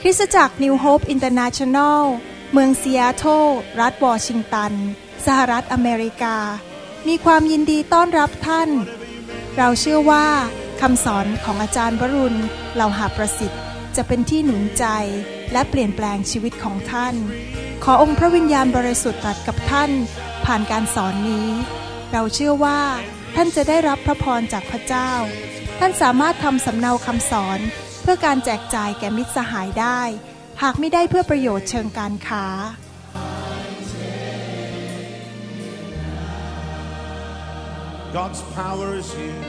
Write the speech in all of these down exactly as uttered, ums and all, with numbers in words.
คริสตจักร New Hope International เมืองซีแอตเทิลรัฐวอชิงตันสหรัฐอเมริกามีความยินดีต้อนรับท่านเราเชื่อว่าคำสอนของอาจารย์วรุณ เหล่าหาประสิทธิ์จะเป็นที่หนุนใจและเปลี่ยนแปลงชีวิตของท่านขอองค์พระวิญญาณบริสุทธิ์ตรัสกับท่านผ่านการสอนนี้เราเชื่อว่าท่านจะได้รับพระพรจากพระเจ้าท่านสามารถทำสำเนาคำสอนเพื่อการแจกจ่ายแก่มิตรสหายได้หากไม่ได้เพื่อประโยชน์เชิงการค้า God's power is here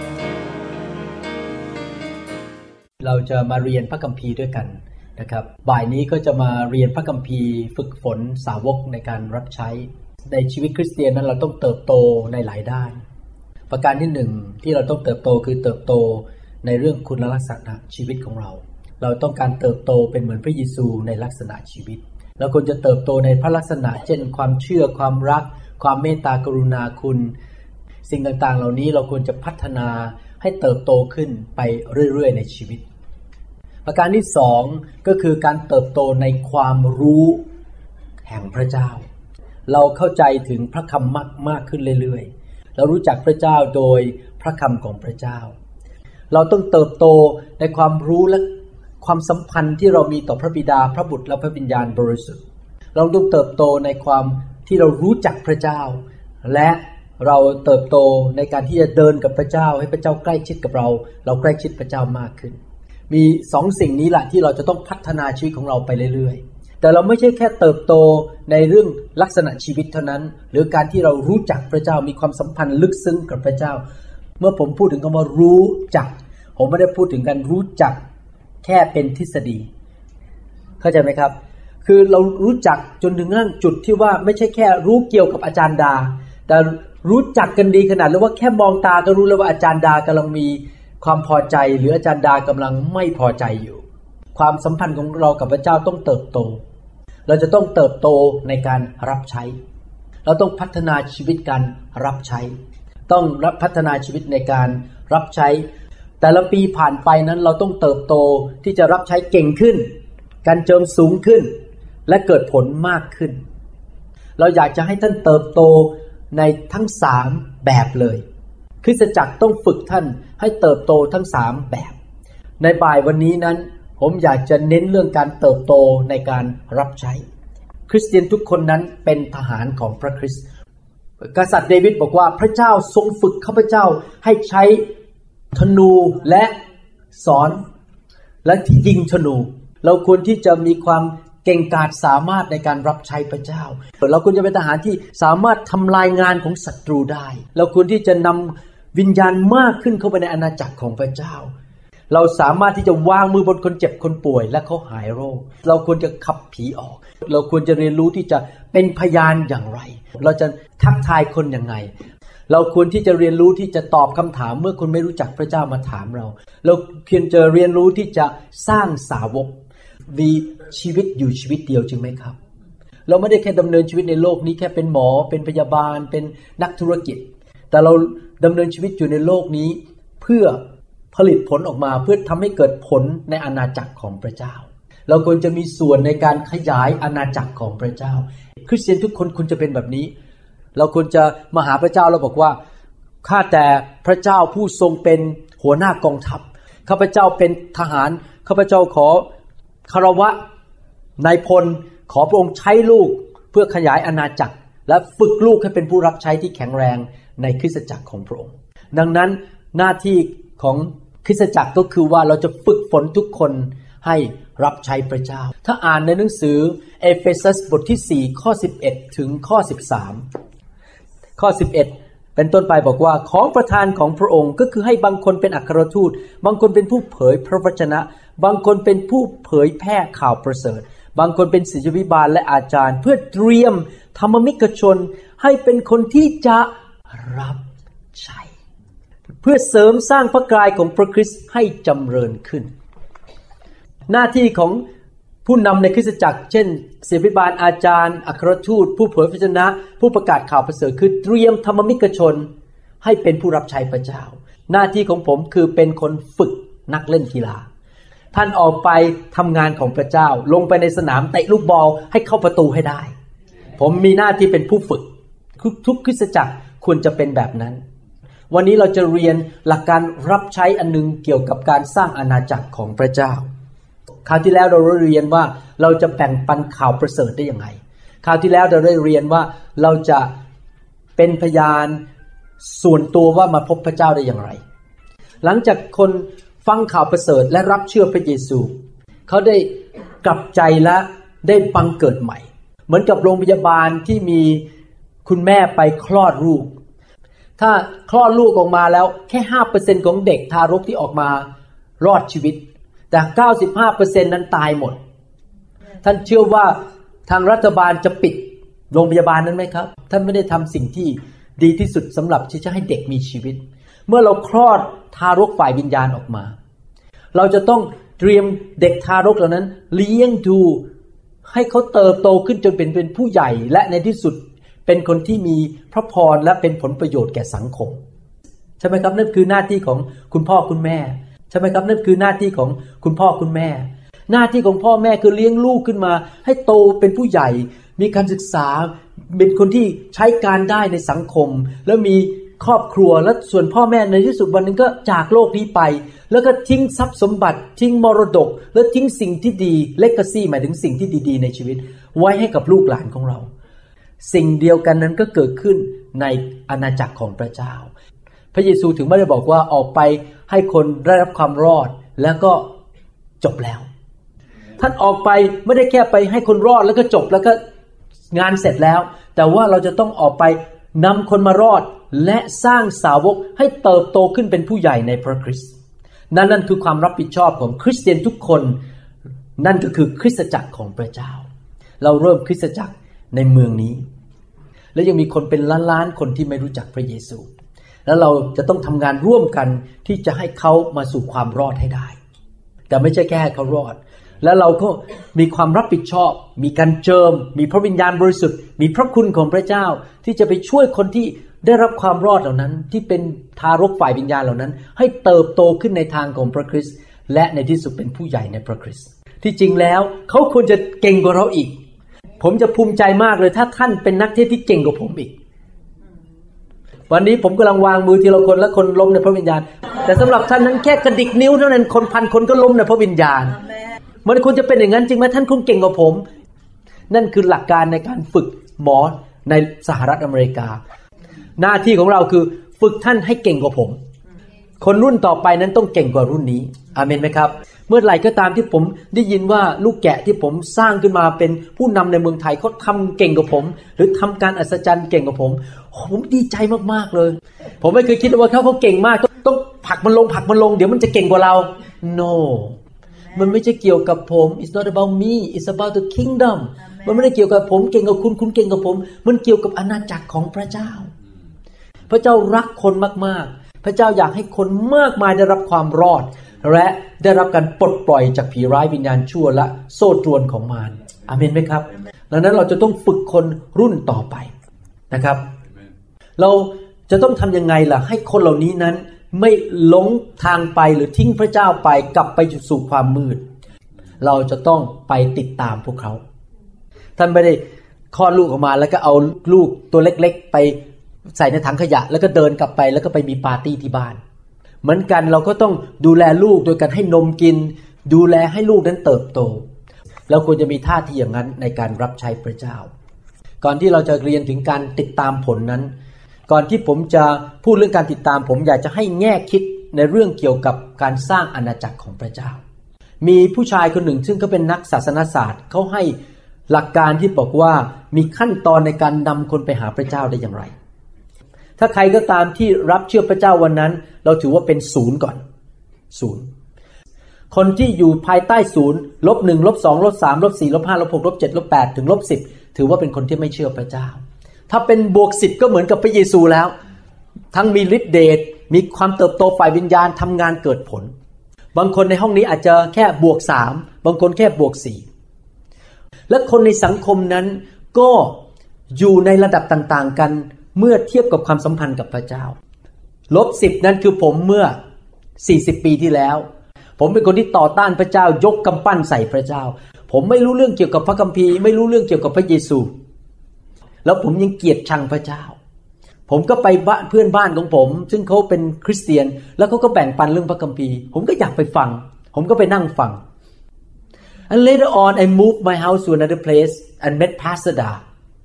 เราจะมาเรียนพระคัมภีร์ด้วยกันนะครับบ่ายนี้ก็จะมาเรียนพระคัมภีร์ฝึกฝนสาวกในการรับใช้ในชีวิตคริสเตียนนั้นเราต้องเติบโตในหลายด้านประการที่หนึ่งที่เราต้องเติบโตคือเติบโตในเรื่องคุณลักษณะชีวิตของเราเราต้องการเติบโตเป็นเหมือนพระเยซูในลักษณะชีวิตเราควรจะเติบโตในพระลักษณะเช่นความเชื่อความรักความเมตตากรุณาคุณสิ่งต่างๆเหล่านี้เราควรจะพัฒนาให้เติบโตขึ้นไปเรื่อยๆในชีวิตประการที่สองก็คือการเติบโตในความรู้แห่งพระเจ้าเราเข้าใจถึงพระคำมากมากขึ้นเรื่อยๆเรารู้จักพระเจ้าโดยพระคำของพระเจ้าเราต้องเติบโตในความรู้และความสัมพันธ์ที่เรามีต่อพระบิดาพระบุตรและพระวิญญาณบริสุทธิ์เราต้องเติบโตในความที่เรารู้จักพระเจ้าและเราเติบโตในการที่จะเดินกับพระเจ้าให้พระเจ้าใกล้ชิดกับเราเราใกล้ชิดพระเจ้ามากขึ้นมีสองสิ่งนี้แหละที่เราจะต้องพัฒนาชีวิตของเราไปเรื่อยๆแต่เราไม่ใช่แค่เติบโตในเรื่องลักษณะชีวิตเท่านั้นหรือการที่เรารู้จักพระเจ้ามีความสัมพันธ์ลึกซึ้งกับพระเจ้าเมื่อผมพูดถึงคำว่ารู้จักผมไม่ได้พูดถึงการรู้จักแค่เป็นทฤษฎีเข้าใจไหมครับคือเรารู้จักจนถึงขั้นจุดที่ว่าไม่ใช่แค่รู้เกี่ยวกับอาจารย์ดาแต่รู้จักกันดีขนาดแล้วว่าแค่มองตาก็รู้แล้วว่าอาจารย์ดากำลังมีความพอใจหรืออาจารย์ดากำลังไม่พอใจอยู่ความสัมพันธ์ของเรากับพระเจ้าต้องเติบโตเราจะต้องเติบโตในการรับใช้เราต้องพัฒนาชีวิตการรับใช้ต้องรับพัฒนาชีวิตในการรับใช้แต่ละปีผ่านไปนั้นเราต้องเติบโตที่จะรับใช้เก่งขึ้นการเจิมสูงขึ้นและเกิดผลมากขึ้นเราอยากจะให้ท่านเติบโตในทั้งสามแบบเลยคริสตจักรต้องฝึกท่านให้เติบโตทั้งสามแบบในบ่ายวันนี้นั้นผมอยากจะเน้นเรื่องการเติบโตในการรับใช้คริสเตียนทุกคนนั้นเป็นทหารของพระคริสต์กษัตริย์เดวิดบอกว่าพระเจ้าทรงฝึกข้าพเจ้าให้ใช้ธนูและศรและที่ยิงธนูเราควรที่จะมีความเก่งกาจสามารถในการรับใช้พระเจ้าเราควรจะเป็นทหารที่สามารถทำลายงานของศัตรูได้เราควรที่จะนำวิญญาณมากขึ้นเข้าไปในอาณาจักรของพระเจ้าเราสามารถที่จะวางมือบนคนเจ็บคนป่วยและเขาหายโรคเราควรจะขับผีออกเราควรจะเรียนรู้ที่จะเป็นพยานอย่างไรเราจะทักทายคนอย่างไรเราควรที่จะเรียนรู้ที่จะตอบคำถามเมื่อคนไม่รู้จักพระเจ้ามาถามเราเราควรจะเรียนรู้ที่จะสร้างสาวกมีชีวิตอยู่ชีวิตเดียวจริงไหมครับเราไม่ได้แค่ดำเนินชีวิตในโลกนี้แค่เป็นหมอเป็นพยาบาลเป็นนักธุรกิจแต่เราดำเนินชีวิตอยู่ในโลกนี้เพื่อผลิตผลออกมาเพื่อทำให้เกิดผลในอาณาจักรของพระเจ้าเราควรจะมีส่วนในการขยายอาณาจักรของพระเจ้าคริสเตียนทุกคนควรจะเป็นแบบนี้เราควรจะมาหาพระเจ้าแล้วบอกว่าข้าแต่พระเจ้าผู้ทรงเป็นหัวหน้ากองทัพข้าพเจ้าเป็นทหารข้าพเจ้าขอคารวะนายพลขอพระองค์ใช้ลูกเพื่อขยายอาณาจักรและฝึกลูกให้เป็นผู้รับใช้ที่แข็งแรงในคริสตจักรของพระองค์ดังนั้นหน้าที่ของคริสตจักรก็คือว่าเราจะฝึกฝนทุกคนให้รับใช้พระเจ้าถ้าอ่านในหนังสือเอเฟซัสบทที่สี่ข้อสิบเอ็ดถึงข้อสิบสามข้อสิบเอ็ดเป็นต้นไปบอกว่าของประทานของพระองค์ก็คือให้บางคนเป็นอัครทูตบางคนเป็นผู้เผยพระวจนะบางคนเป็นผู้เผยแพร่ข่าวประเสริฐบางคนเป็นศิษยวิบาลและอาจารย์เพื่อเตรียมธรรมมิกชนให้เป็นคนที่จะรับใช้เพื่อเสริมสร้างพระกายของพระคริสต์ให้จำเริญขึ้นหน้าที่ของผู้นำในคริสตจักรเช่นศิษยวิบาลอาจารย์อัครทูตผู้เผยพระวจนะผู้ประกาศข่าวประเสริฐคือเตรียมธรรมมิกชนให้เป็นผู้รับใช้พระเจ้าหน้าที่ของผมคือเป็นคนฝึกนักเล่นกีฬาท่านออกไปทำงานของพระเจ้าลงไปในสนามเตะลูกบอลให้เข้าประตูให้ได้ผมมีหน้าที่เป็นผู้ฝึกทุกคริสตจักรควรจะเป็นแบบนั้นวันนี้เราจะเรียนหลักการรับใช้อันนึงเกี่ยวกับการสร้างอาณาจักรของพระเจ้าคราวที่แล้วเราเรียนว่าเราจะแบ่งปันข่าวประเสริฐได้ยังไงคราวที่แล้วเราได้เรียนว่าเราจะเป็นพยานส่วนตัวว่ามาพบพระเจ้าได้อย่างไรหลังจากคนฟังข่าวประเสริฐและรับเชื่อพระเยซูเขาได้กลับใจและได้บังเกิดใหม่เหมือนกับโรงพยาบาลที่มีคุณแม่ไปคลอดลูกถ้าคลอดลูกออกมาแล้วแค่ ห้าเปอร์เซ็นต์ ของเด็กทารกที่ออกมารอดชีวิตแต่ เก้าสิบห้าเปอร์เซ็นต์ นั้นตายหมดท่านเชื่อว่าทางรัฐบาลจะปิดโรงพยาบาลนั้นไหมครับท่านไม่ได้ทำสิ่งที่ดีที่สุดสำหรับที่จะให้เด็กมีชีวิตเมื่อเราคลอดทารกฝ่ายวิญญาณออกมาเราจะต้องเตรียมเด็กทารกเหล่านั้นเลี้ยงดูให้เขาเติบโตขึ้นจนเป็นเป็นผู้ใหญ่และในที่สุดเป็นคนที่มีพระพรและเป็นผลประโยชน์แก่สังคมใช่ไหมครับนั่นคือหน้าที่ของคุณพ่อคุณแม่ใช่ไหมครับนั่นคือหน้าที่ของคุณพ่อคุณแม่หน้าที่ของพ่อแม่คือเลี้ยงลูกขึ้นมาให้โตเป็นผู้ใหญ่มีการศึกษาเป็นคนที่ใช้การได้ในสังคมแล้วมีครอบครัวและส่วนพ่อแม่ในที่สุดวันนึงก็จากโลกนี้ไปแล้วก็ทิ้งทรัพย์สมบัติทิ้งมรดกและทิ้งสิ่งที่ดีเลกาซีหมายถึงสิ่งที่ดีๆในชีวิตไว้ให้กับลูกหลานของเราสิ่งเดียวกันนั้นก็เกิดขึ้นในอาณาจักรของพระเจ้าพระเยซูถึงไม่ได้บอกว่าออกไปให้คนได้รับความรอดแล้วก็จบแล้วท่านออกไปไม่ได้แค่ไปให้คนรอดแล้วก็จบแล้วก็งานเสร็จแล้วแต่ว่าเราจะต้องออกไปนำคนมารอดและสร้างสาวกให้เติบโตขึ้นเป็นผู้ใหญ่ในพระคริสต์นั่นนั่นคือความรับผิดชอบของคริสเตียนทุกคนนั่นก็คือคริสตจักรของพระเจ้าเราเริ่มคริสตจักรในเมืองนี้และยังมีคนเป็นล้านๆคนที่ไม่รู้จักพระเยซูแล้วเราจะต้องทำงานร่วมกันที่จะให้เขามาสู่ความรอดให้ได้แต่ไม่ใช่แค่ให้เขารอดแล้วเราก็มีความรับผิดชอบมีการเจิมมีพระวิญญาณบริสุทธิ์มีพระคุณของพระเจ้าที่จะไปช่วยคนที่ได้รับความรอดเหล่านั้นที่เป็นทารกฝ่ายวิญญาณเหล่านั้นให้เติบโตขึ้นในทางของพระคริสต์และในที่สุดเป็นผู้ใหญ่ในพระคริสต์ที่จริงแล้วเขาควรจะเก่งกว่าเราอีกผมจะภูมิใจมากเลยถ้าท่านเป็นนักเทศน์ที่เก่งกว่าผมอีกวันนี้ผมกำลังวางมือทีละคนและคนล้มในพระวิญญาณแต่สำหรับท่านนั้นแค่กระดิกนิ้วเท่านั้นคนพันคนก็ล้มในพระวิญญาณมันควรจะเป็นอย่างนั้นจริงไหมท่านคงเก่งกว่าผมนั่นคือหลักการในการฝึกหมอในสหรัฐอเมริกาหน้าที่ของเราคือฝึกท่านให้เก่งกว่าผมคนรุ่นต่อไปนั้นต้องเก่งกว่ารุ่นนี้อาเมนไหมครับเมื่อไหร่ก็ตามที่ผมได้ยินว่าลูกแกะที่ผมสร้างขึ้นมาเป็นผู้นำในเมืองไทยเขาทำเก่งกว่าผมหรือทำการอัศจรรย์เก่งกว่าผมผมดีใจมากๆเลยผมไม่เคยคิดว่าเขาเขาเก่งมากต้องผลักมันลงผลักมันลงเดี๋ยวมันจะเก่งกว่าเรา no มันไม่ใช่เกี่ยวกับผม it's not about me it's about the kingdom มันไม่ได้เกี่ยวกับผมเก่งกับคุณคุณเก่งกับผมมันเกี่ยวกับอาณาจักรของพระเจ้าพระเจ้ารักคนมากๆพระเจ้าอยากให้คนมากมายได้รับความรอดและได้รับการปลดปล่อยจากผีร้ายวิญญาณชั่วและโซ่ตรวนของมารอาเมนไหมครับดังนั้นเราจะต้องฝึกคนรุ่นต่อไปนะครับเราจะต้องทำยังไงล่ะให้คนเหล่านี้นั้นไม่หลงทางไปหรือทิ้งพระเจ้าไปกลับไปสู่ความมืดเราจะต้องไปติดตามพวกเขาท่านไม่ได้คลอดลูกออกมาแล้วก็เอาลูกตัวเล็กๆไปใส่ในถังขยะแล้วก็เดินกลับไปแล้วก็ไปมีปาร์ตี้ที่บ้านเหมือนกันเราก็ต้องดูแลลูกโดยการให้นมกินดูแลให้ลูกนั้นเติบโตเราควรจะมีท่าทีอย่างนั้นในการรับใช้พระเจ้าก่อนที่เราจะเรียนถึงการติดตามผลนั้นก่อนที่ผมจะพูดเรื่องการติดตามผมอยากจะให้แง่คิดในเรื่องเกี่ยวกับการสร้างอาณาจักรของพระเจ้ามีผู้ชายคนหนึ่งซึ่งเขาเป็นนักศาสนศาสตร์เขาให้หลักการที่บอกว่ามีขั้นตอนในการนำคนไปหาพระเจ้าได้อย่างไรถ้าใครก็ตามที่รับเชื่อพระเจ้าวันนั้นเราถือว่าเป็นศูนย์ก่อนศูนย์คนที่อยู่ภายใต้ศูนย์ลบหนึ่งลบสองลบสามลบสี่ลบห้าลบหกลบเจ็ดลบแปดถึงลบสิบถือว่าเป็นคนที่ไม่เชื่อพระเจ้าถ้าเป็นบวกสิบก็เหมือนกับพระเยซูแล้วทั้งมีฤทธิ์เดชมีความเติบโตฝ่ายวิญญาณทำงานเกิดผลบางคนในห้องนี้อาจจะแค่บวกสามบางคนแค่บวกสี่และคนในสังคมนั้นก็อยู่ในระดับต่างๆกันเมื่อเทียบกับความสัมพันธ์กับพระเจ้าลบสิบนั้นคือผมเมื่อสี่สิบปีที่แล้วผมเป็นคนที่ต่อต้านพระเจ้ายกกำปั้นใส่พระเจ้าผมไม่รู้เรื่องเกี่ยวกับพระคัมภีร์ไม่รู้เรื่องเกี่ยวกับพระเยซูแล้วผมยังเกลียดชังพระเจ้าผมก็ไปบ้านเพื่อนบ้านของผมซึ่งเขาเป็นคริสเตียนแล้วเขาก็แบ่งปันเรื่องพระคัมภีร์ผมก็อยากไปฟังผมก็ไปนั่งฟัง and later on I moved my house to another place and met Pastor Da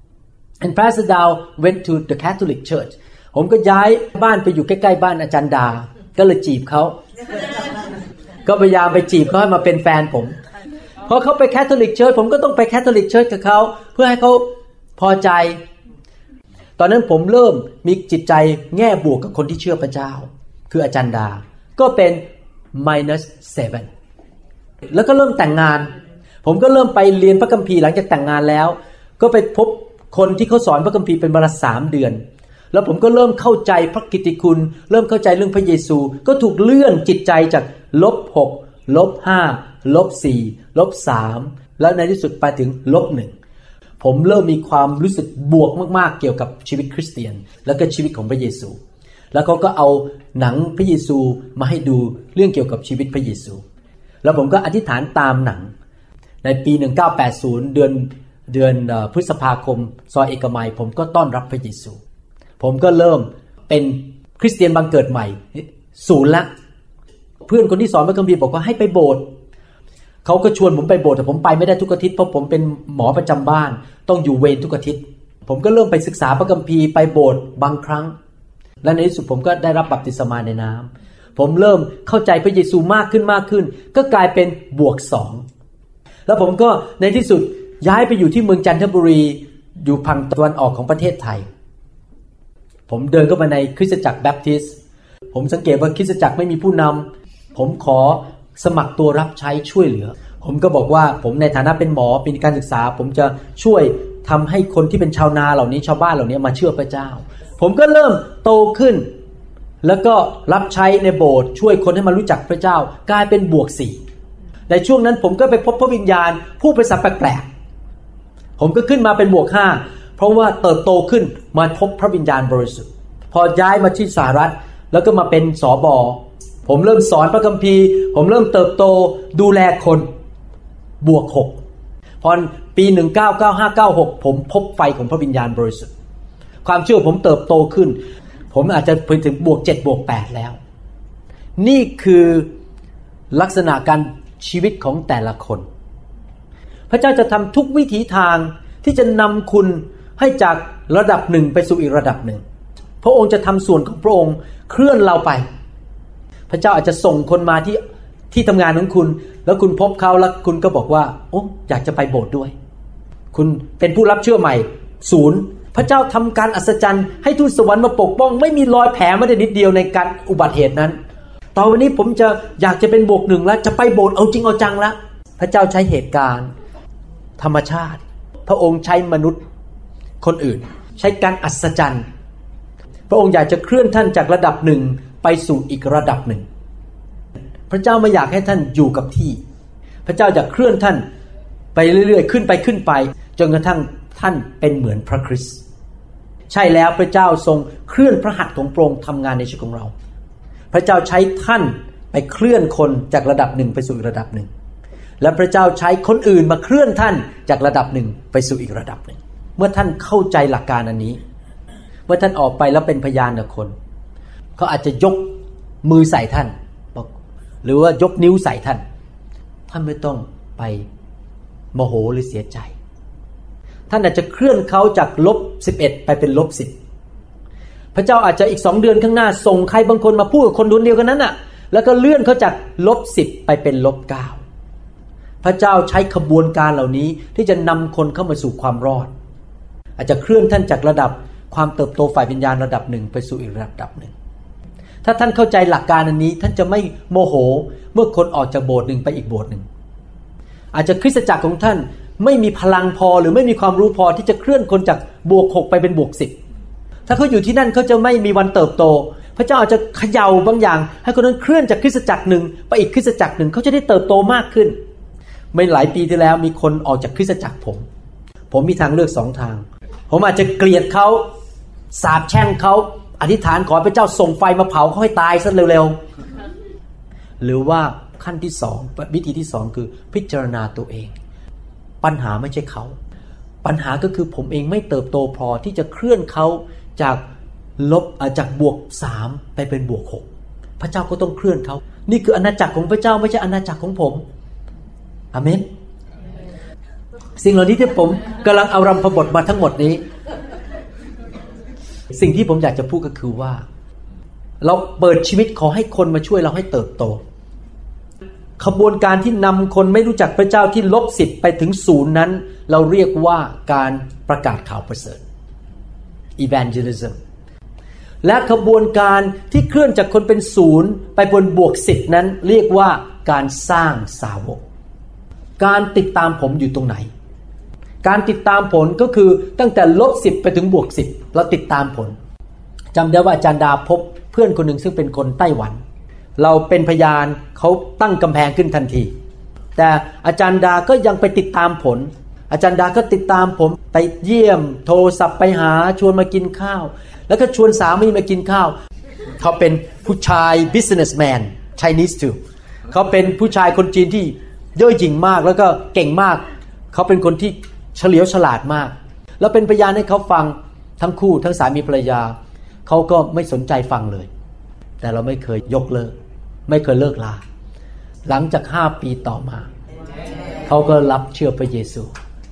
and Pastor Da went to the Catholic Church ผมก็ย้ายบ้านไปอยู่ใกล้ๆบ้านอาจารย์ดาก็เลยจีบเขา ก็พยายามไปจีบเขาให้มาเป็นแฟนผมพอเขาไป Catholic Church ผมก็ต้องไป Catholic Church กับเขาเพื่อให้เขาพอใจตอนนั้นผมเริ่มมีจิตใจแง่บวกกับคนที่เชื่อพระเจ้าคืออาจารย์ดาก็เป็น minus เซเว่น แล้วก็เริ่มแต่งงานผมก็เริ่มไปเรียนพระคัมภีร์หลังจากแต่งงานแล้วก็ไปพบคนที่เขาสอนพระคัมภีร์เป็นเวลาสามเดือนแล้วผมก็เริ่มเข้าใจพระกิตติคุณเริ่มเข้าใจเรื่องพระเยซูก็ถูกเลื่อนจิตใจจากลบหกลบห้าลบสี่ลบสามแล้วในที่สุดไปถึงลบหนึ่งผมเริ่มมีความรู้สึกบวกมากๆเกี่ยวกับชีวิตคริสเตียนแล้วก็ชีวิตของพระเยซูแล้วเขาก็เอาหนังพระเยซูมาให้ดูเรื่องเกี่ยวกับชีวิตพระเยซูแล้วผมก็อธิษฐานตามหนังในปีหนึ่งเก้าแปดศูนย์เดือนเดือนพฤษภาคมซอยเอกมัยผมก็ต้อนรับพระเยซูผมก็เริ่มเป็นคริสเตียนบังเกิดใหม่ศูนย์ละเพื่อนคนที่สอนพระคัมภีร์บอกว่าให้ไปโบสถ์เขาก็ชวนผมไปโบสถ์แต่ผมไปไม่ได้ทุกอาทิตย์เพราะผมเป็นหมอประจำบ้านต้องอยู่เวรทุกอาทิตย์ผมก็เริ่มไปศึกษาพระคัมภีร์ไปโบสถ์บางครั้งและในที่สุดผมก็ได้รับบัพติศมาในน้ำผมเริ่มเข้าใจพระเยซูมากขึ้นมากขึ้นก็กลายเป็นบวกสองแล้วผมก็ในที่สุดย้ายไปอยู่ที่เมืองจันทบุรีอยู่ฝั่งตะวันออกของประเทศไทยผมเดินเข้ามาในคริสตจักรแบปทิสต์ผมสังเกตว่าคริสตจักรไม่มีผู้นำผมขอสมัครตัวรับใช้ช่วยเหลือผมก็บอกว่าผมในฐานะเป็นหมอเป็นการศึกษาผมจะช่วยทำให้คนที่เป็นชาวนาเหล่านี้ชาวบ้านเหล่านี้มาเชื่อพระเจ้าผมก็เริ่มโตขึ้นแล้วก็รับใช้ในโบสถ์ช่วยคนให้มารู้จักพระเจ้ากลายเป็นบวกสี่ในช่วงนั้นผมก็ไปพบพระวิญญาณผู้ภาษาแปลกๆผมก็ขึ้นมาเป็นบวกห้าเพราะว่าเติบโตขึ้นมาพบพระวิญญาณบริสุทธิ์พอย้ายมาที่สหรัฐแล้วก็มาเป็นสบผมเริ่มสอนพระคัมภีร์ผมเริ่มเติบโตดูแลคนบวกหกพอปีหนึ่งเก้าเก้าห้าเก้าหกผมพบไฟของพระวิญญาณบริสุทธิ์ความเชื่อผมเติบโตขึ้นผมอาจจะไปถึงบวกเจ็ดบวกแปดแล้วนี่คือลักษณะการชีวิตของแต่ละคนพระเจ้าจะทำทุกวิถีทางที่จะนำคุณให้จากระดับหนึ่งไปสู่อีกระดับหนึ่งพระองค์จะทำส่วนของพระองค์เคลื่อนเราไปพระเจ้าอาจจะส่งคนมาที่ที่ทำงานของคุณแล้วคุณพบเขาแล้วคุณก็บอกว่าโอ้อยากจะไปโบสถ์ด้วยคุณเป็นผู้รับเชื่อใหม่ศูนย์พระเจ้าทำการอัศจรรย์ให้ทูตสวรรค์มาปกป้องไม่มีรอยแผลแม้แต่นิดเดียวในการอุบัติเหตุนั้นตอนวันนี้ผมจะอยากจะเป็นบวกหนึ่งแล้วจะไปโบสถ์เอาจริงเอาจังแล้วพระเจ้าใช้เหตุการณ์ธรรมชาติพระองค์ใช้มนุษย์คนอื่นใช้การอัศจรรย์พระองค์อยากจะเคลื่อนท่านจากระดับหนึ่งไปสู่อีกระดับหนึ่งพระเจ้าไม่อยากให้ท่านอยู่กับที่พระเจ้าอยากเคลื่อนท่านไปเรื่อยๆขึ้นไปขึ้นไปจนกระทั่งท่านเป็นเหมือนพระคริสต์ใช่แล้วพระเจ้าทรงเคลื่อนพระหัตถ์ของพระองค์ทำงานในชีวิตของเราพระเจ้าใช้ท่านไปเคลื่อนคนจากระดับหนึ่งไปสู่อีกระดับหนึ่งและพระเจ้าใช้คนอื่นมาเคลื่อนท่านจากระดับหนึ่งไปสู่อีกระดับหนึ่งเมื่อท่านเข้าใจหลักการอันนี้เมื่อท่านออกไปแล้วเป็นพยานกับคนเขาอาจจะยกมือใส่ท่านหรือว่ายกนิ้วใส่ท่านท่านไม่ต้องไปโมโหหรือเสียใจท่านอาจจะเคลื่อนเขาจากลบสิบเอ็ดไปเป็นลบสิบพระเจ้าอาจจะอีกสองเดือนข้างหน้าส่งใครบางคนมาพูดกับคนคนเดียวกันนั้นน่ะแล้วก็เลื่อนเขาจากลบสิบไปเป็นลบเก้าพระเจ้าใช้ขบวนการเหล่านี้ที่จะนำคนเข้ามาสู่ความรอดอาจจะเคลื่อนท่านจากระดับความเติบโตฝ่ายวิญญาณระดับหนึ่งไปสู่อีกระดับหนึ่งถ้าท่านเข้าใจหลักการอันนี้ท่านจะไม่โมโหเมื่อคนออกจากโบสถ์หนึ่งไปอีกโบสถ์หนึ่งอาจจะคริสตจักรของท่านไม่มีพลังพอหรือไม่มีความรู้พอที่จะเคลื่อนคนจากบวกหกไปเป็นบวกสิบถ้าเขาอยู่ที่นั่นเขาจะไม่มีวันเติบโตพระเจ้าอาจจะเขย่าบางอย่างให้คนนั้นเคลื่อนจากคริสตจักรหนึ่งไปอีกคริสตจักรหนึ่งเขาจะได้เติบโตมากขึ้นไม่หลายปีที่แล้วมีคนออกจากคริสตจักรผมผมมีทางเลือกสองทางผมอาจจะเกลียดเขาสาปแช่งเขาอธิษฐานขอพระเจ้าส่งไฟมาเผาเขาให้ตายซะเร็วๆหรือว่าขั้นที่สองวิธีที่สองคือพิจารณาตัวเองปัญหาไม่ใช่เขาปัญหาก็คือผมเองไม่เติบโตพอที่จะเคลื่อนเขาจากลบจากบวกสามไปเป็นบวกหกพระเจ้าก็ต้องเคลื่อนเขานี่คืออาณาจักรของพระเจ้าไม่ใช่อาณาจักรของผมอาเมนสิ่งเหล่านี้ที่ผมกำลังเอารำพบทมาทั้งหมดนี้สิ่งที่ผมอยากจะพูดก็คือว่าเราเปิดชีวิตขอให้คนมาช่วยเราให้เติบโตขบวนการที่นำคนไม่รู้จักพระเจ้าที่ลบสิบไปถึงศูนย์นั้นเราเรียกว่าการประกาศข่าวประเสริฐ evangelism และขบวนการที่เคลื่อนจากคนเป็นศูนย์ไปบนบวกสิบนั้นเรียกว่าการสร้างสาวกการติดตามผมอยู่ตรงไหนการติดตามผลก็คือตั้งแต่ลบสิบไปถึงบวกสิบเราติดตามผลจำได้ว่าอาจารย์ดาพบเพื่อนคนหนึ่งซึ่งเป็นคนไต้หวันเราเป็นพยานเขาตั้งกำแพงขึ้นทันทีแต่อาจารย์ดาก็ยังไปติดตามผลอาจารย์ดาก็ติดตามผมไปเยี่ยมโทรศัพท์ไปหาชวนมากินข้าวแล้วก็ชวนสามีมากินข้าวเขาเป็นผู้ชาย businessman Chinese too เขาเป็นผู้ชายคนจีนที่เย่อหยิ่งมากแล้วก็เก่งมากเขาเป็นคนที่เฉลียวฉลาดมากแล้วเป็นพยานให้เขาฟังทั้งคู่ทั้งสามีภรรยาเขาก็ไม่สนใจฟังเลยแต่เราไม่เคยยกเลิกไม่เคยเลิกลาหลังจากห้าปีต่อมาเขาก็รับเชื่อพระเยซู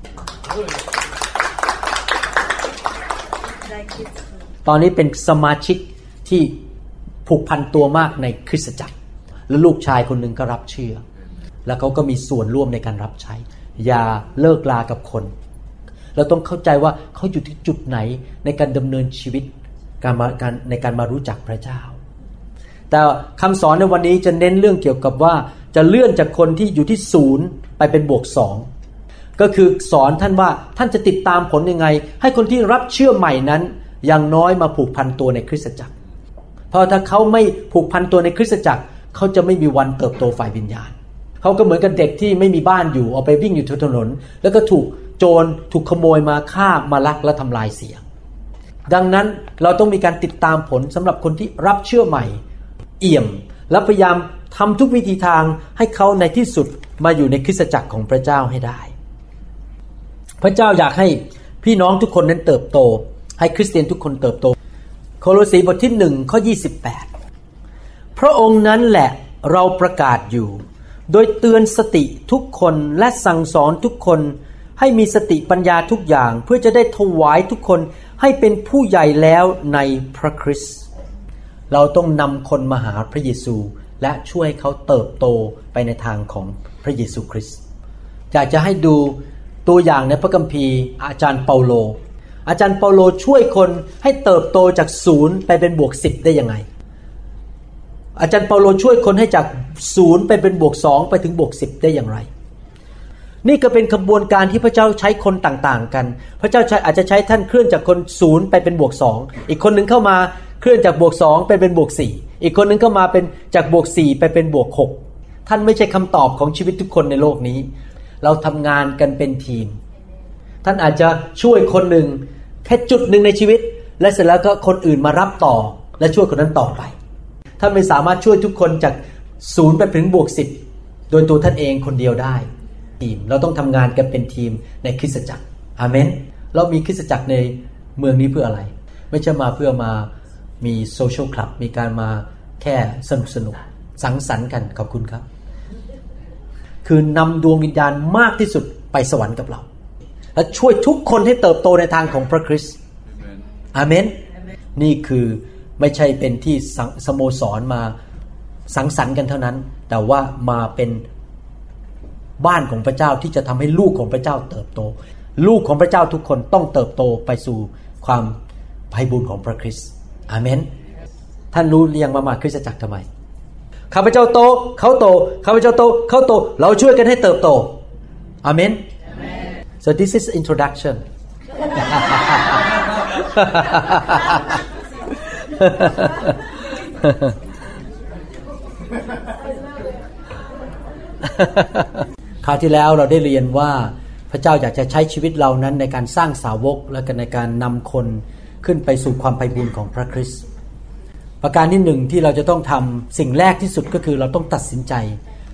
ตอนนี้เป็นสมาชิกที่ผูกพันตัวมากในคริสตจักรและลูกชายคนหนึ่งก็รับเชื่อแล้วเขาก็มีส่วนร่วมในการรับใช้อย่าเลิกลากับคนเราต้องเข้าใจว่าเขาอยู่ที่จุดไหนในการดำเนินชีวิตการมาการในการมารู้จักพระเจ้าแต่คำสอนในวันนี้จะเน้นเรื่องเกี่ยวกับว่าจะเลื่อนจากคนที่อยู่ที่ศูนย์ไปเป็นบวกสองก็คือสอนท่านว่าท่านจะติดตามผลยังไงให้คนที่รับเชื่อใหม่นั้นอย่างน้อยมาผูกพันตัวในคริสตจักรเพราะถ้าเขาไม่ผูกพันตัวในคริสตจักรเขาจะไม่มีวันเติบโตฝ่ายวิญญาณเขาก็เหมือนกับเด็กที่ไม่มีบ้านอยู่เอาไปวิ่งอยู่ถนนแล้วก็ถูกโจรถูกขโมยมาฆ่ามาลักและทำลายเสียดังนั้นเราต้องมีการติดตามผลสำหรับคนที่รับเชื่อใหม่เอี่ยมและพยายามทำทุกวิธีทางให้เขาในที่สุดมาอยู่ในคริสตจักรของพระเจ้าให้ได้พระเจ้าอยากให้พี่น้องทุกคนนั้นเติบโตให้คริสเตียนทุกคนเติบโตโคโลสีบทที่หนึ่งข้อยี่สิบแปดพระองค์นั้นแหละเราประกาศอยู่โดยเตือนสติทุกคนและสั่งสอนทุกคนให้มีสติปัญญาทุกอย่างเพื่อจะได้ถวายทุกคนให้เป็นผู้ใหญ่แล้วในพระคริสต์เราต้องนำคนมาหาพระเยซูและช่วยเขาเติบโตไปในทางของพระเยซูคริสต์อยากจะให้ดูตัวอย่างในพระคัมภีร์อาจารย์เปาโลอาจารย์เปาโลช่วยคนให้เติบโตจากศูนย์ไปเป็นบวกสิบได้ยังไงอาจารย์เปาโลช่วยคนให้จากศูนย์ไปเป็นบวกสองไปถึงบวกสิบได้อย่างไรนี่ก็เป็นขบวนการที่พระเจ้าใช้คนต่างๆกันพระเจ้าใช้อาจจะใช้ท่านเคลื่อนจากคนศูนย์ไปเป็นบวกสองอีกคนนึงเข้ามาเคลื่อนจากบวกสองไปเป็นบวกสี่อีกคนนึงเข้ามาเป็นจากบวกสี่ไปเป็นบวกหกท่านไม่ใช่คำตอบของชีวิตทุกคนในโลกนี้เราทำงานกันเป็นทีมท่านอาจจะช่วยคนหนึ่งแค่จุดหนึ่งในชีวิตและเสร็จแล้วก็คนอื่นมารับต่อและช่วยคนนั้นต่อไปท่านไม่สามารถช่วยทุกคนจากศูนย์ไปถึงบวกสิบโดยตัวท่านเองคนเดียวได้ทีมเราต้องทำงานกันเป็นทีมในคริสตจักรอาเมนเรามีคริสตจักรในเมืองนี้เพื่ออะไรไม่ใช่มาเพื่อมามีโซเชียลคลับมีการมาแค่สนุกสนุกสังสรรค์กันขอบคุณครับคือนำดวงวิญญาณมากที่สุดไปสวรรค์กับเราและช่วยทุกคนให้เติบโตในทางของพระคริสต์อาเมนนี่คือไม่ใช่เป็นที่สโมสรมาสังสรรค์กันเท่านั้นแต่ว่ามาเป็นบ้านของพระเจ้าที่จะทำให้ลูกของพระเจ้าเติบโตลูกของพระเจ้าทุกคนต้องเติบโตไปสู่ความไพบูลย์ของพระคริสต์อาเมนท่านรู้เรียงมามาคริสตจักรทำไมข้าพเจ้าโตเขาโตข้าพเจ้าโตเขาโตเราช่วยกันให้เติบโตอาเมน so this is introduction คราวที่แล้วเราได้เรียนว่าพระเจ้าอยากจะใช้ชีวิตเรานั้นในการสร้างสาวกและในการนำคนขึ้นไปสู่ความไพบูลย์ของพระคริสต์ประการที่หนึ่งที่เราจะต้องทำสิ่งแรกที่สุดก็คือเราต้องตัดสินใจ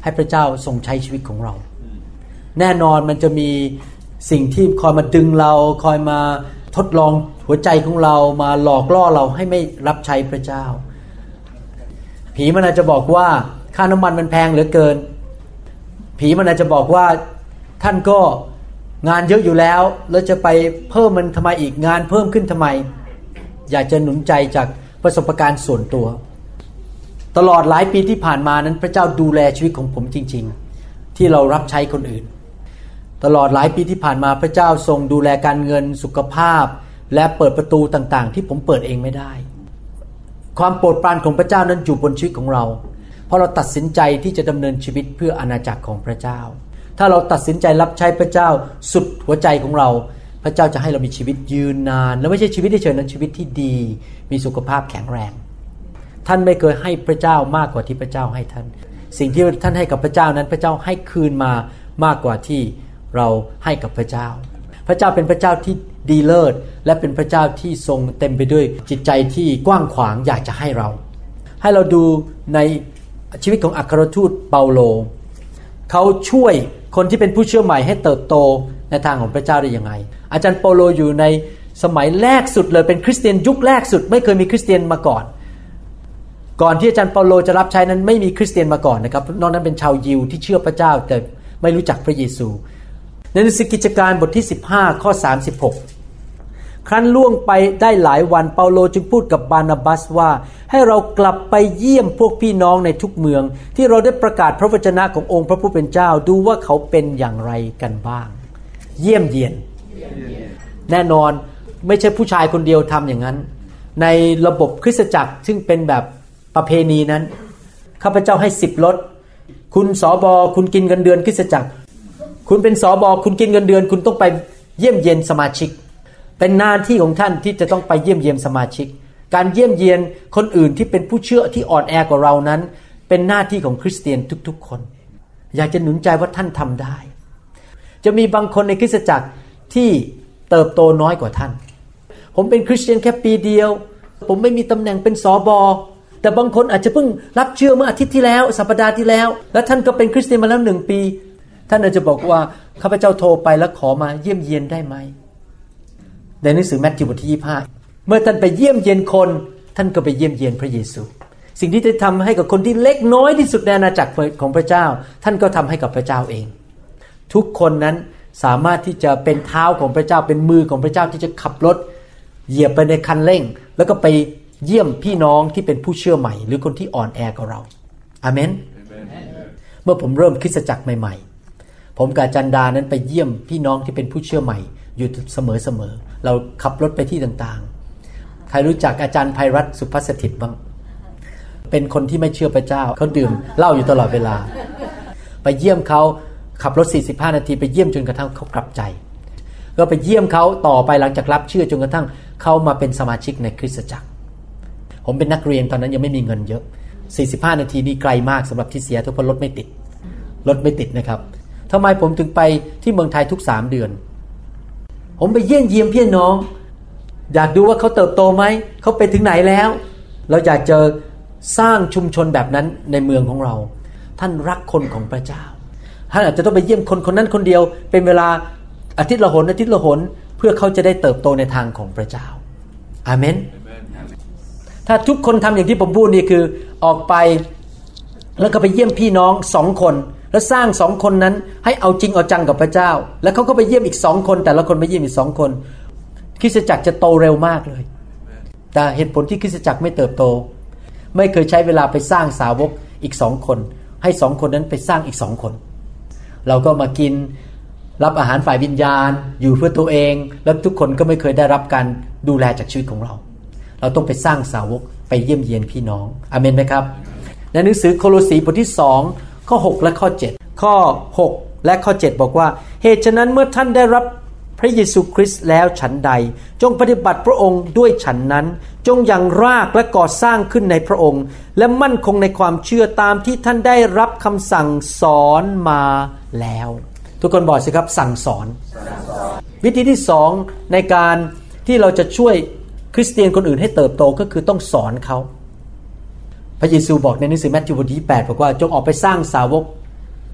ให้พระเจ้าทรงใช้ชีวิตของเราแน่นอนมันจะมีสิ่งที่คอยมาดึงเราคอยมาทดลองหัวใจของเรามาหลอกล่อเราให้ไม่รับใช้พระเจ้าผีมันอาจจะบอกว่าค่าน้ำมันมันแพงเหลือเกินผีมันอาจจะบอกว่าท่านก็งานเยอะอยู่แล้วแล้วจะไปเพิ่มมันทำไมอีกงานเพิ่มขึ้นทำไมอยากจะหนุนใจจากประสบการณ์ส่วนตัวตลอดหลายปีที่ผ่านมานั้นพระเจ้าดูแลชีวิตของผมจริงๆที่เรารับใช้คนอื่นตลอดหลายปีที่ผ่านมาพระเจ้าทรงดูแลการเงินสุขภาพและเปิดประตูต่างๆที่ผมเปิดเองไม่ได้ความโปรดปรานของพระเจ้านั้นอยู่บนชีวิตของเราเพราะเราตัดสินใจที่จะดำเนินชีวิตเพื่ออาณาจักรของพระเจ้าถ้าเราตัดสินใจรับใช้พระเจ้าสุดหัวใจของเราพระเจ้าจะให้เรามีชีวิตยืนนานและไม่ใช่ชีวิตเฉยๆนั้นชีวิตที่ดีมีสุขภาพแข็งแรงท่านไม่เคยให้พระเจ้ามากกว่าที่พระเจ้าให้ท่านสิ่งที่ท่านให้กับพระเจ้านั้นพระเจ้าให้คืนมามากกว่าที่เราให้กับพระเจ้าพระเจ้าเป็นพระเจ้าที่ดีเลิศและเป็นพระเจ้าที่ทรงเต็มไปด้วยจิตใจที่กว้างขวางอยากจะให้เราให้เราดูในชีวิตของอัครทูตเปาโลเขาช่วยคนที่เป็นผู้เชื่อใหม่ให้เติบโตในทางของพระเจ้าได้ยังไงอาจารย์เปาโลอยู่ในสมัยแรกสุดเลยเป็นคริสเตียนยุคแรกสุดไม่เคยมีคริสเตียนมาก่อนก่อนที่อาจารย์เปาโลจะรับใช้นั้นไม่มีคริสเตียนมาก่อนนะครับนอกนั้นเป็นชาวยิวที่เชื่อพระเจ้าแต่ไม่รู้จักพระเยซูในหนังสือกิจการบทที่สิบห้าข้อสามสิบหกครั้นล่วงไปได้หลายวันเปาโลจึงพูดกับบานาบัสว่าให้เรากลับไปเยี่ยมพวกพี่น้องในทุกเมืองที่เราได้ประกาศพระวจนะขององค์พระผู้เป็นเจ้าดูว่าเขาเป็นอย่างไรกันบ้างเยี่ยมเยียนแน่นอนไม่ใช่ผู้ชายคนเดียวทำอย่างนั้นในระบบคริสตจักรซึ่งเป็นแบบประเพณีนั้นข้าพเจ้าให้สิบลดคุณสบคุณกินเงินเดือนคริสตจักรคุณเป็นสบคุณกินเงินเดือนคุณต้องไปเยี่ยมเยียนสมาชิกเป็นหน้าที่ของท่านที่จะต้องไปเยี่ยมเยียนสมาชิกการเยี่ยมเยียนคนอื่นที่เป็นผู้เชื่อที่อ่อนแอกว่าเรานั้นเป็นหน้าที่ของคริสเตียนทุกๆคนอยากจะหนุนใจว่าท่านทำได้จะมีบางคนในคริสตจักรที่เติบโตน้อยกว่าท่านผมเป็นคริสเตียนแค่ปีเดียวผมไม่มีตำแหน่งเป็นสบแต่บางคนอาจจะเพิ่งรับเชื่อเมื่ออาทิตย์ที่แล้วสัปดาห์ที่แล้วและท่านก็เป็นคริสเตียนมาแล้วหนึ่งปีท่านอาจจะบอกว่าข้าพเจ้าโทรไปแล้วขอมาเยี่ยมเยียนได้ไหมในหนังสือมัทธิวบทที่ยี่สิบห้าเมื่อท่านไปเยี่ยมเยียนคนท่านก็ไปเยี่ยมเยียนพระเยซูสิ่งที่ได้ทำให้กับคนที่เล็กน้อยที่สุดในอาณาจักรของพระเจ้าท่านก็ทำให้กับพระเจ้าเองทุกคนนั้นสามารถที่จะเป็นเท้าของพระเจ้าเป็นมือของพระเจ้าที่จะขับรถเหยียบไปในคันเร่งแล้วก็ไปเยี่ยมพี่น้องที่เป็นผู้เชื่อใหม่หรือคนที่อ่อนแอกว่าเราอาเมนเมื่อผมเริ่มคริสตจักรใหม่ๆผมกับจันดานั้นไปเยี่ยมพี่น้องที่เป็นผู้เชื่อใหม่อยู่เสมอๆเราขับรถไปที่ต่างๆใครรู้จักอาจารย์ไพรัตน์สุภสถิตบ้างเป็นคนที่ไม่เชื่อพระเจ้าเขาดื่มเหล้าอยู่ตลอดเวลาไปเยี่ยมเขาขับรถสี่สิบห้านาทีไปเยี่ยมจนกระทั่งเขากลับใจก็ไปเยี่ยมเขาต่อไปหลังจากรับเชื่อจนกระทั่งเขามาเป็นสมาชิกในคริสตจักรผมเป็นนักเรียนตอนนั้นยังไม่มีเงินเยอะสี่สิบห้านาทีนี่ไกลมากสำหรับที่เสียทุกคนรถไม่ติดรถไม่ติดนะครับทำไมผมถึงไปที่เมืองไทยทุกสามเดือนผมไปเยี่ยมเยียมพี่น้องอยากดูว่าเขาเติบโตไหมเขาไปถึงไหนแล้วเราอยากจะสร้างชุมชนแบบนั้นในเมืองของเราท่านรักคนของพระเจ้าท่านอาจจะต้องไปเยี่ยมคนคนนั้นคนเดียวเป็นเวลาอาทิตย์ละหนอาทิตย์ละหนเพื่อเขาจะได้เติบโตในทางของพระเจ้าอาเมนถ้าทุกคนทำอย่างที่ผมพูดนี่คือออกไปแล้วก็ไปเยี่ยมพี่น้องสองคนแล้วสร้างสองคนนั้นให้เอาจริงเอาจังกับพระเจ้าแล้วเขาก็ไปเยี่ยมอีกสองคนแต่ละคนไปเยี่ยมอีกสองคนคริสตจักรจะโตเร็วมากเลยแต่เหตุผลที่คริสตจักรไม่เติบโตไม่เคยใช้เวลาไปสร้างสาวกอีกสองคนให้สองคนนั้นไปสร้างอีกสองคนเราก็มากินรับอาหารฝ่ายวิญญาณอยู่เพื่อตัวเองแล้วทุกคนก็ไม่เคยได้รับการดูแลจากชีวิตของเราเราต้องไปสร้างสาวกไปเยี่ยมเยียนพี่น้องอาเมนไหมครับในหนังสือโคโลสีบทที่สองข้อหกและข้อเจ็ดข้อหกและข้อเจ็ดบอกว่าเหตุฉะนั้นเมื่อท่านได้รับพระเยซูคริสต์แล้วฉันใดจงปฏิบัติพระองค์ด้วยฉันนั้นจงยังรากและก่อสร้างขึ้นในพระองค์และมั่นคงในความเชื่อตามที่ท่านได้รับคำสั่งสอนมาแล้วทุกคนบอกสิครับสั่งสอนวิธีที่สองในการที่เราจะช่วยคริสเตียนคนอื่นให้เติบโตก็คือต้องสอนเขาพระเยซูบอกในหนังสือมัทธิวบทที่แปดบอกว่าจงออกไปสร้างสาวก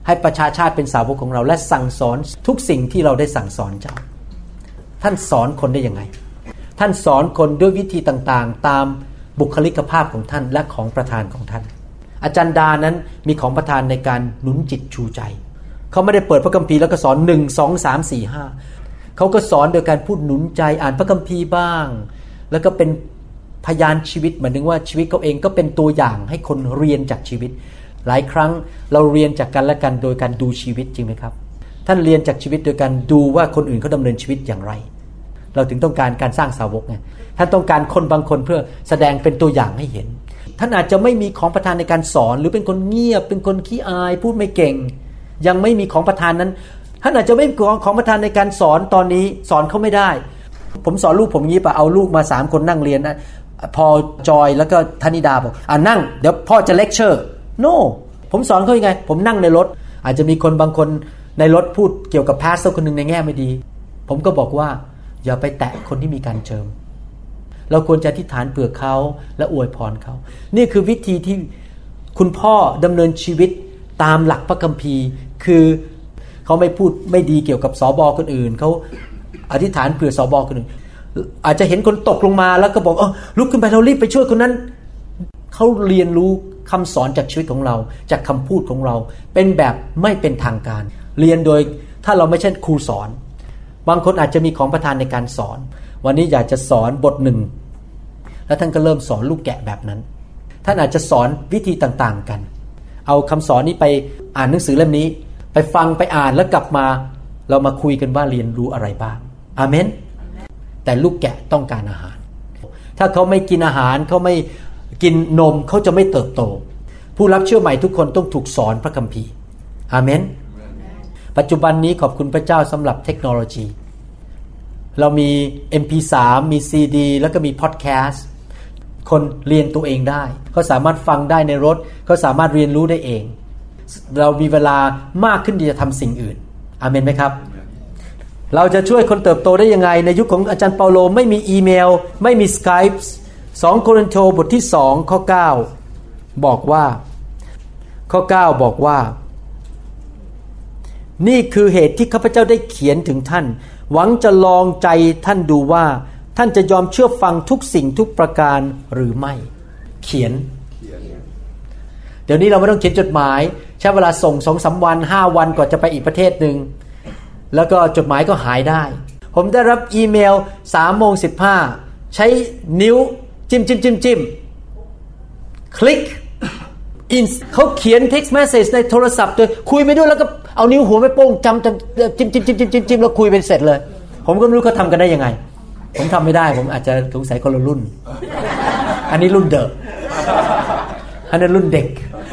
ให้ประชาชาติเป็นสาวกของเราและสั่งสอนทุกสิ่งที่เราได้สั่งสอนเจ้าท่านสอนคนได้ยังไงท่านสอนคนด้วยวิธีต่างๆตามบุคลิกภาพของท่านและของประธานของท่านอาจารย์ดานั้นมีของประธานในการหนุนจิตชูใจเขาไม่ได้เปิดพระคัมภีร์แล้วก็สอนหนึ่ง สอง สาม สี่ ห้าเขาก็สอนโดยการพูดหนุนใจอ่านพระคัมภีร์บ้างแล้วก็เป็นพยานชีวิตหมายถึงว่าชีวิตเขาเองก็เป็นตัวอย่างให้คนเรียนจากชีวิตหลายครั้งเราเรียนจากกันและกันโดยการดูชีวิตจริงไหมครับท่านเรียนจากชีวิตโดยการดูว่าคนอื่นเขาดำเนินชีวิตอย่างไรเราถึงต้องการการสร้างสาวกไงท่านต้องการคนบางคนเพื่อแสดงเป็นตัวอย่างให้เห็นท่านอาจจะไม่มีของประทานในการสอนหรือเป็นคนเงียบเป็นคนขี้อายพูดไม่เก่งยังไม่มีของประทานนั้นท่านอาจจะไม่มีของประทานในการสอนตอนนี้สอนเขาไม่ได้ผมสอนลูกผมงี้ป่ะเอาลูกมาสามคนนั่งเรียนนะพอจอยแล้วก็ธนิดาบอกอ่านั่งเดี๋ยวพ่อจะเลคเชอร์โน no. ผมสอนเขายังไงผมนั่งในรถอาจจะมีคนบางคนในรถพูดเกี่ยวกับพาสเตอร์คนนึงในแง่ไม่ดีผมก็บอกว่าอย่าไปแตะคนที่มีการเจิมเราควรจะอธิษฐานเผื่อเขาและอวยพรเขานี่คือวิธีที่คุณพ่อดำเนินชีวิตตามหลักพระคัมภีร์คือเขาไม่พูดไม่ดีเกี่ยวกับสบคนอื่นเขาอธิษฐานเผื่อสบคนอื่นอาจจะเห็นคนตกลงมาแล้วก็บอกเออลุกขึ้นไปเรารีบไปช่วยคนนั้นเขาเรียนรู้คำสอนจากชีวิตของเราจากคำพูดของเราเป็นแบบไม่เป็นทางการเรียนโดยถ้าเราไม่ใช่ครูสอนบางคนอาจจะมีของประทานในการสอนวันนี้อยากจะสอนบทหนึ่งแล้วท่านก็เริ่มสอนลูกแกะแบบนั้นท่านอาจจะสอนวิธีต่างๆกันเอาคำสอนนี้ไปอ่านหนังสือเล่มนี้ไปฟังไปอ่านแล้วกลับมาเรามาคุยกันว่าเรียนรู้อะไรบ้างอาเมนแต่ลูกแกะต้องการอาหารถ้าเขาไม่กินอาหารเขาไม่กินนมเขาจะไม่เติบโตผู้รับเชื่อใหม่ทุกคนต้องถูกสอนพระคัมภีร์อาเมนปัจจุบันนี้ขอบคุณพระเจ้าสำหรับเทคโนโลยีเรามี เอ็ม พี สาม มี ซี ดี แล้วก็มีพอดแคสต์คนเรียนตัวเองได้เขาสามารถฟังได้ในรถเขาสามารถเรียนรู้ได้เองเรามีเวลามากขึ้นที่จะทำสิ่งอื่นอาเมนไหมครับเราจะช่วยคนเติบโตได้ยังไงในยุคของอาจารย์เปาโลไม่มีอีเมลไม่มี Skype สองโครินธ์บทที่สองข้อเก้าบอกว่าข้อเก้าบอกว่านี่คือเหตุที่ข้าพเจ้าได้เขียนถึงท่านหวังจะลองใจท่านดูว่าท่านจะยอมเชื่อฟังทุกสิ่งทุกประการหรือไม่เขียนเดี๋ยวนี้เราไม่ต้องเขียนจดหมายใช้เวลาส่ง สองถึงสาม วันห้าวันกว่าจะไปอีกประเทศนึงแล้วก็จดหมายก็หายได้ผมได้รับอีเมล สามโมงสิบห้า ใช้นิ้วจิ้มจิ้มจิ้มจิ้มคลิกอินเขาเขียน text message ในโทรศัพท์ด้วยคุยไปด้วยแล้วก็เอานิ้วหัวไม่โป้งจำจำจิ้มจิ้มจิ้มจิ้มจิ้มจิ้มแล้วคุยเป็นเสร็จเลยผมก็ไม่รู้เขาทำกันได้ยังไงผมทำไม่ได้ผมอาจจะสงสัยคนละรุ่นอันนี้รุ่นเด็กอันนั้นรุ่นเด็ก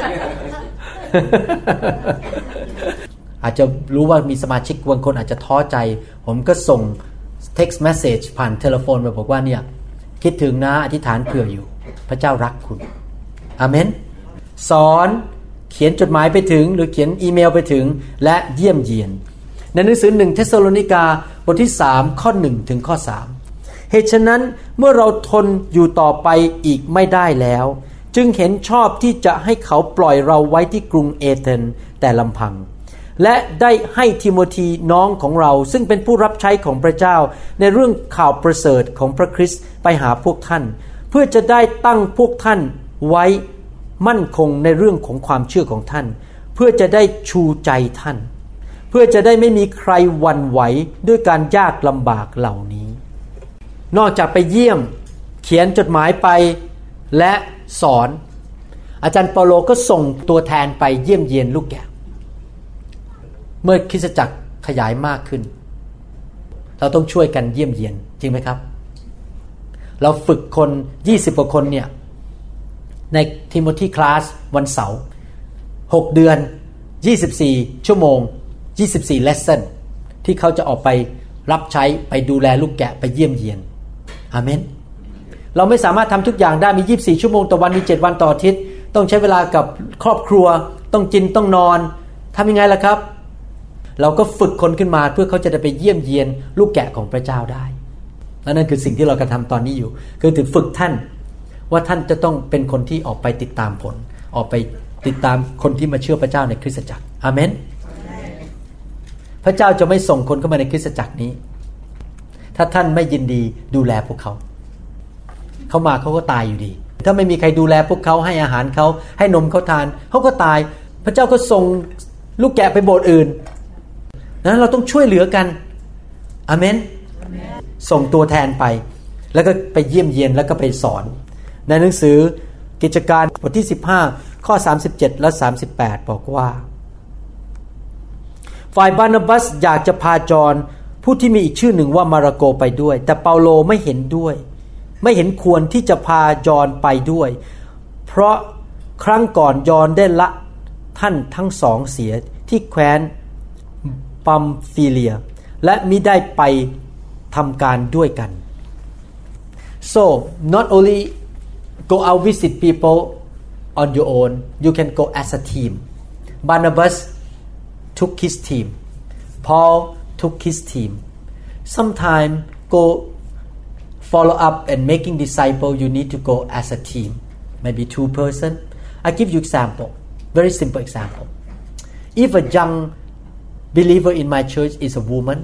อาจจะรู้ว่ามีสมาชิกบางคนอาจจะท้อใจผมก็ส่ง text message ผ่านโทรศัพท์ไปบอกว่าเนี่ยคิดถึงนะอธิษฐานเผื่ออยู่พระเจ้ารักคุณอาเมนสอนเขียนจดหมายไปถึงหรือเขียนอีเมลไปถึงและเยี่ยมเยียนในหนังสือหนึ่งเธสซาโลนิกาบทที่สามข้อหนึ่งถึงข้อสามเหตุฉะนั้นเมื่อเราทนอยู่ต่อไปอีกไม่ได้แล้วจึงเห็นชอบที่จะให้เขาปล่อยเราไว้ที่กรุงเอเธนแต่ลำพังและได้ให้ทิโมธีน้องของเราซึ่งเป็นผู้รับใช้ของพระเจ้าในเรื่องข่าวประเสริฐของพระคริสต์ไปหาพวกท่านเพื่อจะได้ตั้งพวกท่านไว้มั่นคงในเรื่องของความเชื่อของท่านเพื่อจะได้ชูใจท่านเพื่อจะได้ไม่มีใครหวั่นไหวด้วยการยากลำบากเหล่านี้นอกจากไปเยี่ยมเขียนจดหมายไปและสอนอาจารย์เปาโลก็ส่งตัวแทนไปเยี่ยมเยียนลูกแกะเมื่อคริสตจักรขยายมากขึ้นเราต้องช่วยกันเยี่ยมเยียนจริงไหมครับเราฝึกคนยี่สิบกว่าคนเนี่ยในทิโมธีคลาสวันเสาร์หกเดือนยี่สิบสี่ชั่วโมงยี่สิบสี่เลสซั่นที่เขาจะออกไปรับใช้ไปดูแลลูกแกะไปเยี่ยมเยียนอาเมนเราไม่สามารถทำทุกอย่างได้มียี่สิบสี่ชั่วโมงต่อวันมีเจ็ดวันต่ออาทิตย์ต้องใช้เวลากับครอบครัวต้องกินต้องนอนทำยังไงล่ะครับเราก็ฝึกคนขึ้นมาเพื่อเขาจะได้ไปเยี่ยมเยียนลูกแกะของพระเจ้าได้และนั่นคือสิ่งที่เรากระทำตอนนี้อยู่คือถึงฝึกท่านว่าท่านจะต้องเป็นคนที่ออกไปติดตามผลออกไปติดตามคนที่มาเชื่อพระเจ้าในคริสตจักรอาเมนพระเจ้าจะไม่ส่งคนเข้ามาในคริสตจักรนี้ถ้าท่านไม่ยินดีดูแลพวกเขาเขามาเขาก็ตายอยู่ดีถ้าไม่มีใครดูแลพวกเขาให้อาหารเขาให้นมเขาทานเขาก็ตายพระเจ้าก็ส่งลูกแกะไปโบสถ์อื่นนั้นเราต้องช่วยเหลือกันอาเมนส่งตัวแทนไปแล้วก็ไปเยี่ยมเยียนแล้วก็ไปสอนในหนังสือกิจการบทที่สิบห้าข้อสามสิบเจ็ดและสามสิบแปดบอกว่าฝ่ายบานาบัสอยากจะพาจอห์นผู้ที่มีอีกชื่อหนึ่งว่ามาระโกไปด้วยแต่เปาโลไม่เห็นด้วยไม่เห็นควรที่จะพาจอห์นไปด้วยเพราะครั้งก่อนจอห์นได้ละท่านทั้งสองเสียที่แคว้นปัมฟิเลียและมิได้ไปทำการด้วยกัน so not only go out visit people on your own you can go as a team Barnabas took his team Paul took his team sometime go follow up and making disciple you need to go as a team maybe two person I give you example very simple example if a young believer in my church is a woman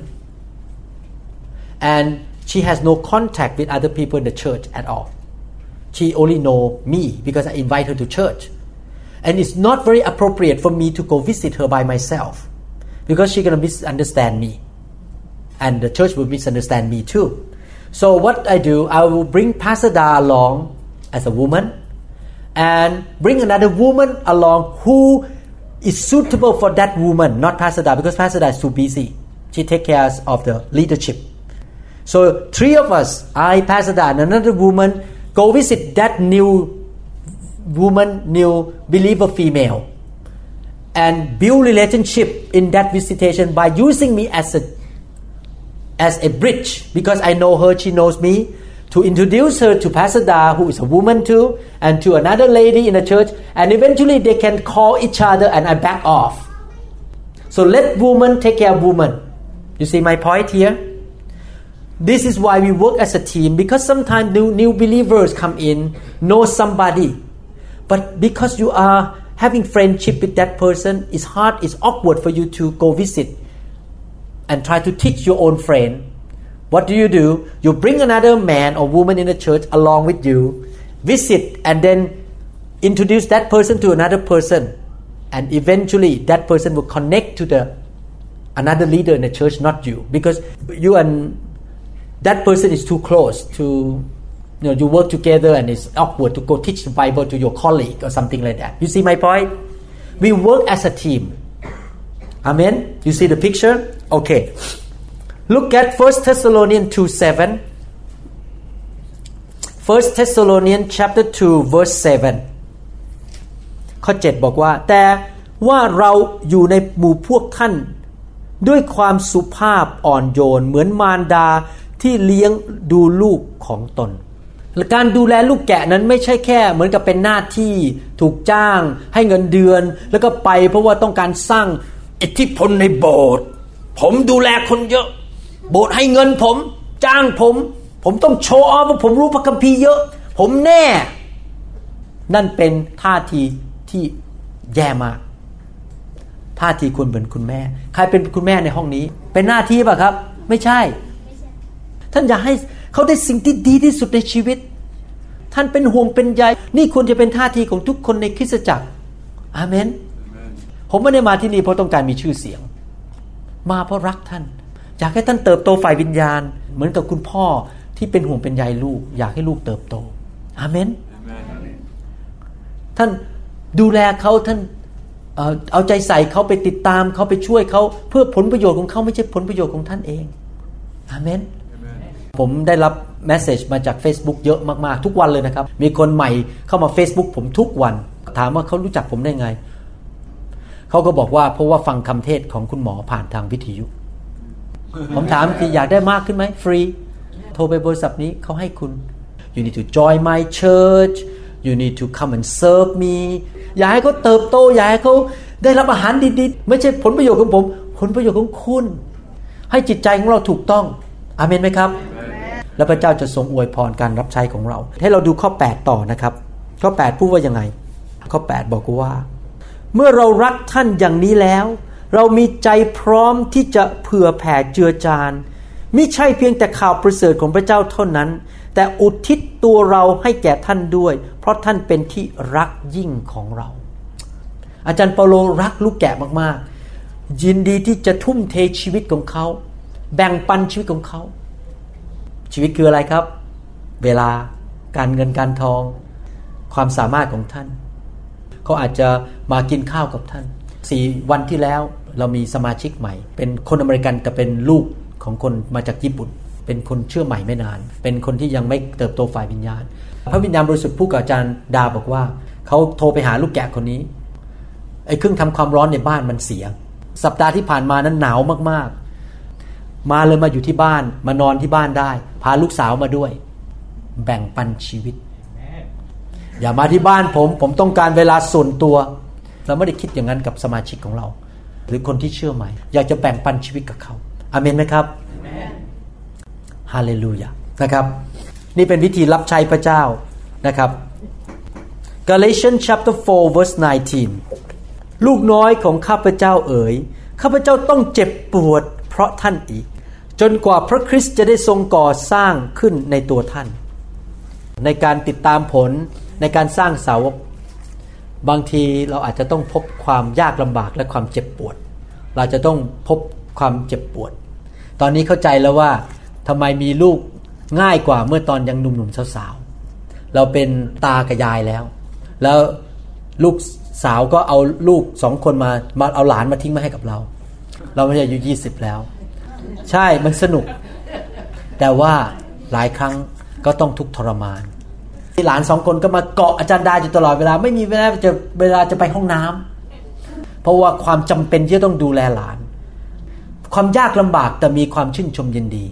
and she has no contact with other people in the church at all she only know me because I invite her to church and it's not very appropriate for me to go visit her by myself because she's going to misunderstand me and the church will misunderstand me too so what I do I will bring Pastor Da along as a woman and bring another woman along who is suitable for that woman not Pastor Da because Pastor Da is too busy she take care of the leadership so three of us I Pastor Da and another woman go visit that new woman new believer female and build relationship in that visitation by using me as a as a bridge because I know her she knows me to introduce her to Pastor Da who is a woman too and to another lady in the church and eventually they can call each other and I back off so let woman take care of woman you see my point here this is why we work as a team because sometimes new, new believers come in know somebody but because you are having friendship with that person it's hard it's awkward for you to go visit and try to teach your own friend what do you do you bring another man or woman in the church along with you visit and then introduce that person to another person and eventually that person will connect to the another leader in the church not you because you and that person is too close to you know you work together and it's awkward to go teach the Bible to your colleague or something like that you see my point we work as a team amen you see the picture okay look at First Thessalonians two seven First Thessalonians chapter two verse sevenข้อเจ็ดบอกว่าแต่ว่าเราอยู่ในหมู่พวกท่านด้วยความสุภาพอ่อนโยนเหมือนมารดาที่เลี้ยงดูลูกของตนการดูแลลูกแกะนั้นไม่ใช่แค่เหมือนกับเป็นหน้าที่ถูกจ้างให้เงินเดือนแล้วก็ไปเพราะว่าต้องการสร้างอิทธิพลในโบสถ์ผมดูแลคนเยอะโบสถ์ให้เงินผมจ้างผมผมต้องโชว์ออฟว่าผมรู้พระคัมภีร์เยอะผมแน่นั่นเป็นท่าทีที่แย่มากท่าทีควรเหมือนคุณแม่ใครเป็นคุณแม่ในห้องนี้เป็นหน้าที่ป่ะครับไม่ใช่ท่านอยากให้เขาได้สิ่งที่ดีที่สุดในชีวิตท่านเป็นห่วงเป็นใยนี่ควรจะเป็นท่าทีของทุกคนในคริสตจักรอาเมนผมไม่ได้มาที่นี่เพราะต้องการมีชื่อเสียงมาเพราะรักท่านอยากให้ท่านเติบโตฝ่ายวิญญาณเหมือนกับคุณพ่อที่เป็นห่วงเป็นใยลูกอยากให้ลูกเติบโตอาเมนท่านดูแลเขาท่านเอ่อเอาใจใส่เขาไปติดตามเขาไปช่วยเขาเพื่อผลประโยชน์ของเขาไม่ใช่ผลประโยชน์ของท่านเองอาเมนผมได้รับเมสเสจมาจาก Facebook เยอะมากๆทุกวันเลยนะครับมีคนใหม่เข้ามา Facebook ผมทุกวันถามว่าเขารู้จักผมได้ไงเขาก็บอกว่าเพราะว่าฟังคำเทศของคุณหมอผ่านทางวิทยุผมถามที่อยากได้มากขึ้นไหมฟรีโทรไปบริษัทนี้เขาให้คุณ you need to join my church you need to come and serve me อยากให้เขาเติบโตอยากให้เขาได้รับอาหารดีๆไม่ใช่ผลประโยชน์ของผมผลประโยชน์ของคุณให้จิตใจของเราถูกต้องอาเมนไหมครับแล้วพระเจ้าจะทรงอวยพรการรับใช้ของเราให้เราดูข้อแปดต่อนะครับข้อแปดพูดว่ายังไงข้อแปดบอกว่าเมื่อเรารักท่านอย่างนี้แล้วเรามีใจพร้อมที่จะเผื่อแผ่เจือจานมิใช่เพียงแต่ข่าวประเสริฐของพระเจ้าเท่านั้นแต่อุทิศตัวเราให้แก่ท่านด้วยเพราะท่านเป็นที่รักยิ่งของเราอาจารย์เปาโลรักลูกแกะมากๆยินดีที่จะทุ่มเทชีวิตของเขาแบ่งปันชีวิตของเขาชีวิตคืออะไรครับเวลาการเงินการทองความสามารถของท่านเขาอาจจะมากินข้าวกับท่านสี่วันที่แล้วเรามีสมาชิกใหม่เป็นคนอเมริกันแต่เป็นลูกของคนมาจากญี่ปุ่นเป็นคนเชื่อใหม่ไม่นานเป็นคนที่ยังไม่เติบโตฝ่ายวิญญาณพระวิญญาณบริสุทธิ์พูดกับอาจารย์ดาบอกว่าเขาโทรไปหาลูกแกะคนนี้ไอ้เครื่องทำความร้อนในบ้านมันเสียสัปดาห์ที่ผ่านมานั้นหนาวมากๆมาเลยมาอยู่ที่บ้านมานอนที่บ้านได้พาลูกสาวมาด้วยแบ่งปันชีวิตอย่ามาที่บ้านผมผมต้องการเวลาส่วนตัวเราไม่ได้คิดอย่างนั้นกับสมาชิกของเราหรือคนที่เชื่อใหม่อยากจะแบ่งปันชีวิตกับเขาอาเมนไหมครับฮาเลลูยานะครับนี่เป็นวิธีรับใช้พระเจ้านะครับ Galatians chapter four verse nineteen ลูกน้อยของข้าพเจ้าเอ๋ยข้าพเจ้าต้องเจ็บปวดเพราะท่านอีกจนกว่าพระคริสต์จะได้ทรงก่อสร้างขึ้นในตัวท่านในการติดตามผลในการสร้างสาวกบางทีเราอาจจะต้องพบความยากลำบากและความเจ็บปวดเราจะต้องพบความเจ็บปวดตอนนี้เข้าใจแล้วว่าทำไมมีลูกง่ายกว่าเมื่อตอนยังหนุ่มๆสาวๆเราเป็นตากับยายแล้วแล้วลูกสาวก็เอาลูกสองคนมามาเอาหลานมาทิ้งมาให้กับเราเราไม่ใช่อายุยี่สิบแล้วใช่มันสนุกแต่ว่าหลายครั้งก็ต้องทุกข์ทรมานหลานสองคนก็มาเกาะอาจารย์ดาอยู่ตลอดเวลาไม่มีเวลาจะเวลาจะไปห้องน้ำเพราะว่าความจำเป็นที่จะต้องดูแลหลานความยากลำบากแต่มีความชื่นชมยินดี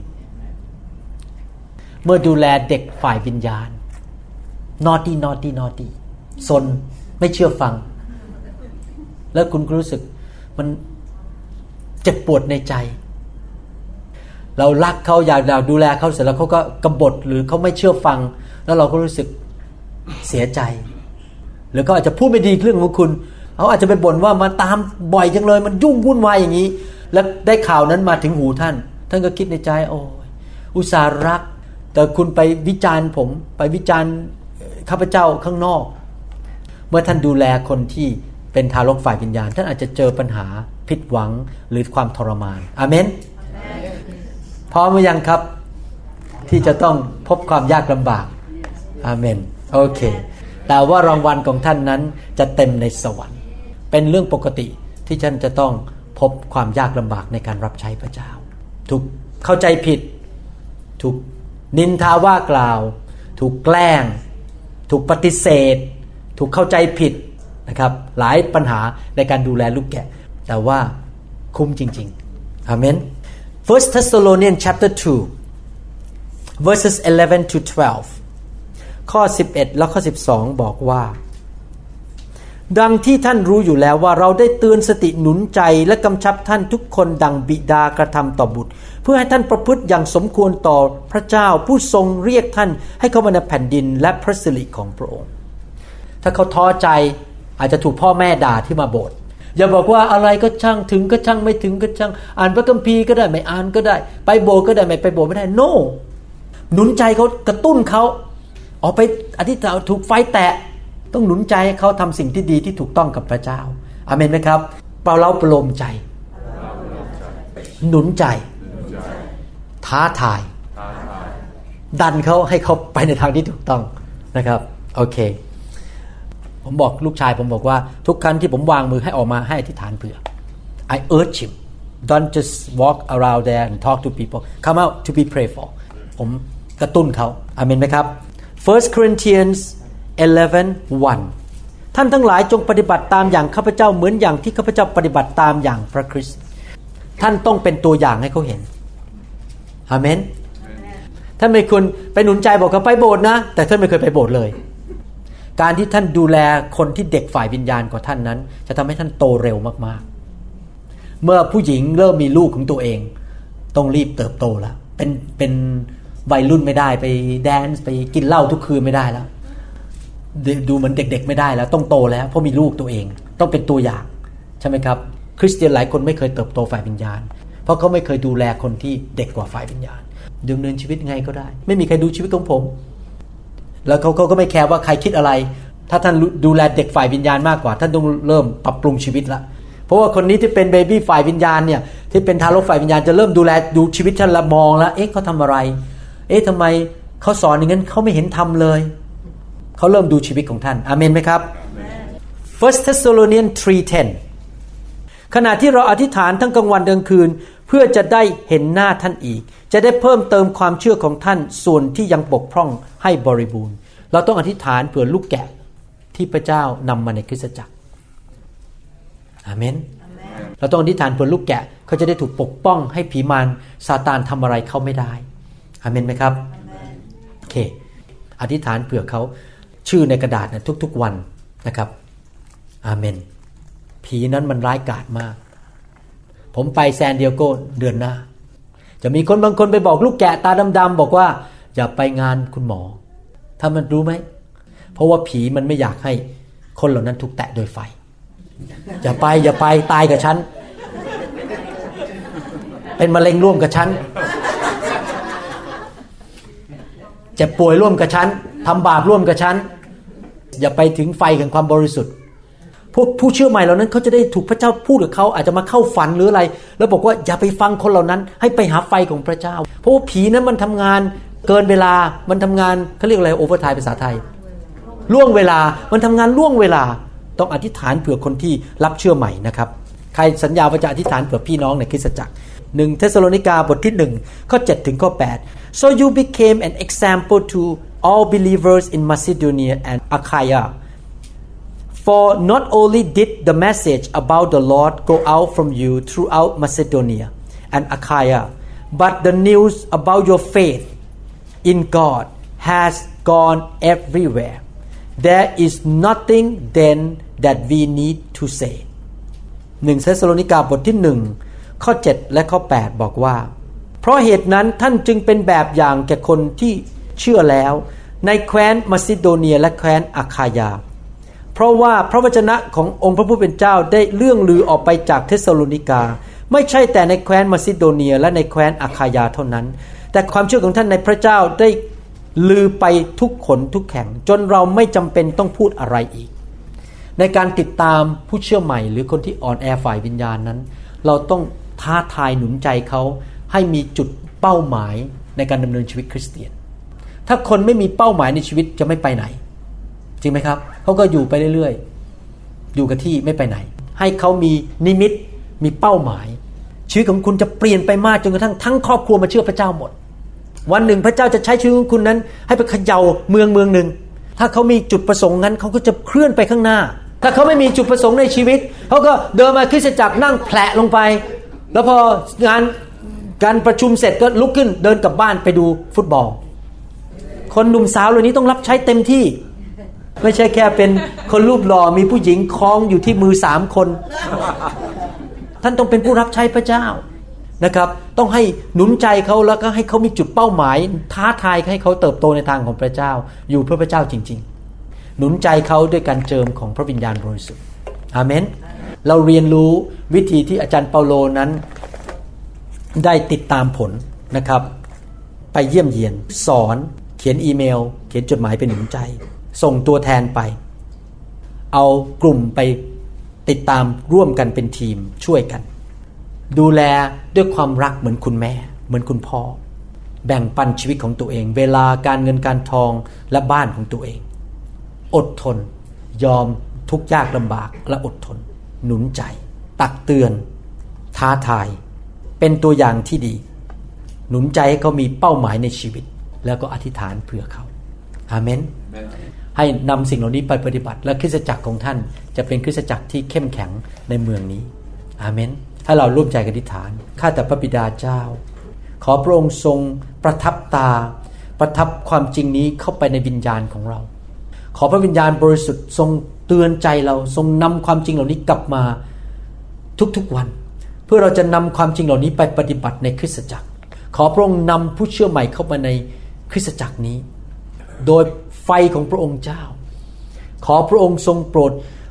เมื่อดูแลเด็กฝ่ายวิญญาณนอตี้นอตี้นอตี้ซนไม่เชื่อฟังแล้วคุณรู้สึกมันเจ็บปวดในใจเรารักเขาอยากดูแลเขาเสร็จแล้วเขาก็กบฏหรือเขาไม่เชื่อฟังแล้วเราก็รู้สึกเสียใจหรือเขาอาจจะพูดไม่ดีเรื่องของคุณเขาอาจจะไปบ่นว่ามาตามบ่อยจังเลยมันยุ่งวุ่นวายอย่างนี้แล้วได้ข่าวนั้นมาถึงหูท่านท่านก็คิดในใจโอ้ยอุตส่าห์รักแต่คุณไปวิจารณ์ผมไปวิจารณ์ข้าพเจ้าข้างนอกเมื่อท่านดูแลคนที่เป็นทารกฝ่ายวิญญาณท่านอาจจะเจอปัญหาผิดหวังหรือความทรมานอาเมนพร้อมหรือยังครับที่จะต้องพบความยากลำบากอาเมนโอเคแต่ว่ารางวัลของท่านนั้นจะเต็มในสวรรค์เป็นเรื่องปกติที่ท่านจะต้องพบความยากลำบากในการรับใช้พระเจ้าถูกเข้าใจผิดถูกนินทาว่ากล่าวถูกแกล้งถูกปฏิเสธถูกเข้าใจผิดนะครับหลายปัญหาในการดูแลลูกแกะแต่ว่าคุ้มจริงๆอาเมน First Thessalonians chapter two verses eleven to twelve ข้อสิบเอ็ดและข้อสิบสองบอกว่าดังที่ท่านรู้อยู่แล้วว่าเราได้เตือนสติหนุนใจและกำชับท่านทุกคนดังบิดากระทำต่อบุตรเพื่อให้ท่านประพฤติอย่างสมควรต่อพระเจ้าผู้ทรงเรียกท่านให้เข้ามาในแผ่นดินและพระสิริของพระองค์ถ้าเขาท้อใจอาจจะถูกพ่อแม่ด่าที่มาโบสถ์อย่าบอกว่าอะไรก็ช่างถึงก็ช่างไม่ถึงก็ช่างอ่านพระคัมภีร์ก็ได้ไม่อ่านก็ได้ไปโบสถ์ก็ได้ไม่ไปโบสถ์ไม่ได้ no หนุนใจเขากระตุ้นเขาออกไปอธิษฐานถูกไฟแตะต้องหนุนใจให้เขาทำสิ่งที่ดีที่ถูกต้องกับพระเจ้าอาเมนไหมครับเปล่าเราประโลมใจหนุนใจท้าทายดันเขาให้เขาไปในทางที่ถูกต้องนะครับโอเคผมบอกลูกชายผมบอกว่าทุกครั้งที่ผมวางมือให้ออกมาให้อธิษฐานเผื่อ I urge him don't just walk around there and talk to people come out to be prayed for ผมกระตุ้นเขาอาเมนไหมครับ First Corinthians eleven one ท่านทั้งหลายจงปฏิบัติตามอย่างข้าพเจ้าเหมือนอย่างที่ข้าพเจ้าปฏิบัติตามอย่างพระคริสต์ท่านต้องเป็นตัวอย่างให้เขาเห็นอาเมนท่านไม่ควรไปหนุนใจบอกเขาไปโบสถ์นะแต่ท่านไม่เคยไปโบสถ์เลยการที่ท่านดูแลคนที่เด็กฝ่ายวิญญาณกว่าท่านนั้นจะทำให้ท่านโตเร็วมากๆเมื่อผู้หญิงเริ่มมีลูกของตัวเองต้องรีบเติบโตแล้วเป็นเป็นวัยรุ่นไม่ได้ไปแดนซ์ไปกินเหล้าทุกคืนไม่ได้แล้วดูเหมือนเด็กๆไม่ได้แล้วต้องโตแล้วเพราะมีลูกตัวเองต้องเป็นตัวอย่างใช่ไหมครับคริสเตียนหลายคนไม่เคยเติบโตฝ่ายวิญญาณเพราะเขาไม่เคยดูแลคนที่เด็กกว่าฝ่ายวิญญาณดำเนินชีวิตไงก็ได้ไม่มีใครดูชีวิตของผมแล้วเขาก็ไม่แคร์ว่าใครคิดอะไรถ้าท่านดูแลเด็กฝ่ายวิญญาณมากกว่าท่านต้องเริ่มปรับปรุงชีวิตละเพราะว่าคนนี้ที่เป็นเบบี้ฝ่ายวิญญาณเนี่ยที่เป็นทารกฝ่ายวิญญาณจะเริ่มดูแลดูชีวิตท่านละมองแล้วเอ๊ะเขาทำอะไรเอ๊ะทำไมเขาสอนอย่างนั้นเขาไม่เห็นทำเลยเขาเริ่มดูชีวิตของท่านอาเมนไหมครับ First Thessalonians ทรี เท็น ขณะที่เราอธิษฐานทั้งกลางวันกลางคืนเพื่อจะได้เห็นหน้าท่านอีกจะได้เพิ่มเติมความเชื่อของท่านส่วนที่ยังบกพร่องให้บริบูรณ์เราต้องอธิษฐานเผื่อลูกแกะที่พระเจ้านำมาในคริสตจักรอาเมนเราต้องอธิษฐานเผื่อลูกแกะเขาจะได้ถูกปกป้องให้ผีมารซาตานทำอะไรเขาไม่ได้อาเมนไหมครับโอเคอธิษฐานเผื่อเขาชื่อในกระดาษนะทุกๆวันนะครับอาเมนผีนั้นมันร้ายกาจมากผมไปแซนดิเอโกเดือนหน้าจะมีคนบางคนไปบอกลูกแกะตาดำๆบอกว่าอย่าไปงานคุณหมอถ้ามันรู้ไหมเพราะว่าผีมันไม่อยากให้คนเหล่านั้นถูกแตะโดยไฟอย่าไปอย่าไปตายกับฉันเป็นมะเร็งร่วมกับฉันเจ็บป่วยร่วมกับฉันทำบาปร่วมกับฉันอย่าไปถึงไฟแห่งความบริสุทธิ์พวกผู้เชื่อใหม่เหล่านั้นเขาจะได้ถูกพระเจ้าพูดกับเขาอาจจะมาเข้าฝันหรืออะไรแล้วบอกว่าอย่าไปฟังคนเหล่านั้นให้ไปหาไฟของพระเจ้าเพราะว่าผีนั้นมันทำงานเกินเวลามันทำงานเขาเรียกอะไรโอเวอร์ไทม์ภาษาไทยล่วงเวลามันทำงานล่วงเวลาต้องอธิษฐานเผื่อคนที่รับเชื่อใหม่นะครับใครสัญญาว่าจะอธิษฐานเผื่อพี่น้องในคริสตจักรหนึ่งเธสสโลนิกาบทที่หนึ่งข้อเจ็ดถึงข้อแปด so you became an example to all believers in Macedonia and Achaia for not only did the message about the Lord go out from you throughout Macedonia and Achaia but the news about your faith in God has gone everywhere there is nothing then that we need to say หนึ่งเธสสโลนิกาบทที่หนึ่งข้อเจ็ดและข้อแปดบอกว่าเพราะเหตุนั้นท่านจึงเป็นแบบอย่างแก่คนที่เชื่อแล้วในแคว้นมาซิโดเนียและแคว้นอาคายาเพราะว่าพระวจนะขององค์พระผู้เป็นเจ้าได้เลื่องลือออกไปจากเธสสโลนิกาไม่ใช่แต่ในแคว้นมาซิโดเนียและในแคว้นอาคายาเท่านั้นแต่ความเชื่อของท่านในพระเจ้าได้ลือไปทุกขนทุกแห่งจนเราไม่จำเป็นต้องพูดอะไรอีกในการติดตามผู้เชื่อใหม่หรือคนที่อ่อนแอฝ่ายวิญญาณนั้นเราต้องท้าทายหนุนใจเขาให้มีจุดเป้าหมายในการดำเนินชีวิตคริสเตียนถ้าคนไม่มีเป้าหมายในชีวิตจะไม่ไปไหนจริงไหมครับเขาก็อยู่ไปเรื่อยๆอยู่กับที่ไม่ไปไหนให้เขามีนิมิตมีเป้าหมายชีวิตของคุณจะเปลี่ยนไปมากจนกระทั่งทั้งครอบครัวมาเชื่อพระเจ้าหมดวันหนึ่งพระเจ้าจะใช้ชีวิตของคุณนั้นให้ไปเขย่าเมืองเมืองหนึ่งถ้าเขามีจุดประสงค์นั้นเขาก็จะเคลื่อนไปข้างหน้าถ้าเขาไม่มีจุดประสงค์ในชีวิตเขาก็เดินมาคริสตจักรนั่งแผลลงไปแล้วพองานการประชุมเสร็จก็ลุกขึ้นเดินกลับบ้านไปดูฟุตบอลคนหนุ่มสาวเหล่านี้ต้องรับใช้เต็มที่ไม่ใช่แค่เป็นคนรูปหล่อมีผู้หญิงคล้องอยู่ที่มือสามคนท่านต้องเป็นผู้รับใช้พระเจ้านะครับต้องให้หนุนใจเขาแล้วก็ให้เขามีจุดเป้าหมายท้าทายให้เขาเติบโตในทางของพระเจ้าอยู่เพื่อพระเจ้าจริงๆหนุนใจเขาด้วยการเจิมของพระวิญญาณบริสุทธิ์อาเมนเราเรียนรู้วิธีที่อาจารย์เปาโลนั้นได้ติดตามผลนะครับไปเยี่ยมเยียนสอนเขียนอีเมลเขียนจดหมายเป็นหนุนใจส่งตัวแทนไปเอากลุ่มไปติดตามร่วมกันเป็นทีมช่วยกันดูแลด้วยความรักเหมือนคุณแม่เหมือนคุณพ่อแบ่งปันชีวิตของตัวเองเวลาการเงินการทองและบ้านของตัวเองอดทนยอมทุกข์ยากลำบากและอดทนหนุนใจตักเตือนท้าทายเป็นตัวอย่างที่ดีหนุนใจให้เขามีเป้าหมายในชีวิตแล้วก็อธิษฐานเผื่อเขาอาเมนให้นำสิ่งเหล่านี้ไปปฏิบัติและคริสตจักรของท่านจะเป็นคริสตจักรที่เข้มแข็งในเมืองนี้อาเมนถ้าเราร่วมใจกันอธิษฐานข้าแต่พระบิดาเจ้าขอพระองค์ทรงประทับตาประทับความจริงนี้เข้าไปในวิญญาณของเราขอพระวิญญาณบริสุทธิ์ทรงเตือนใจเราทรงนำความจริงเหล่านี้กลับมาทุกๆวันเพื่อเราจะนำความจริงเหล่านี้ไปปฏิบัติในคริสตจักรขอพระองค์นำผู้เชื่อใหม่เข้ามาในคริสตจักรนี้โดยไฟของพระองค์เจ้าขอพระองค์ทรงโปรด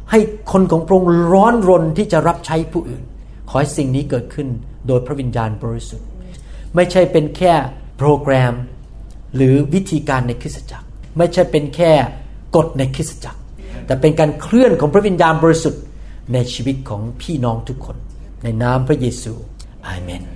ให้คนของพระองค์ร้อนรนที่จะรับใช้ผู้อื่นขอให้สิ่งนี้เกิดขึ้นโดยพระวิญญาณบริสุทธิ์ไม่ใช่เป็นแค่โปรแกรมหรือวิธีการในคริสตจักรไม่ใช่เป็นแค่กฎในคริสตจักรแต่เป็นการเคลื่อนของพระวิญญาณบริสุทธิ์ในชีวิตของพี่น้องทุกคนในนามพระเยซูอาเมน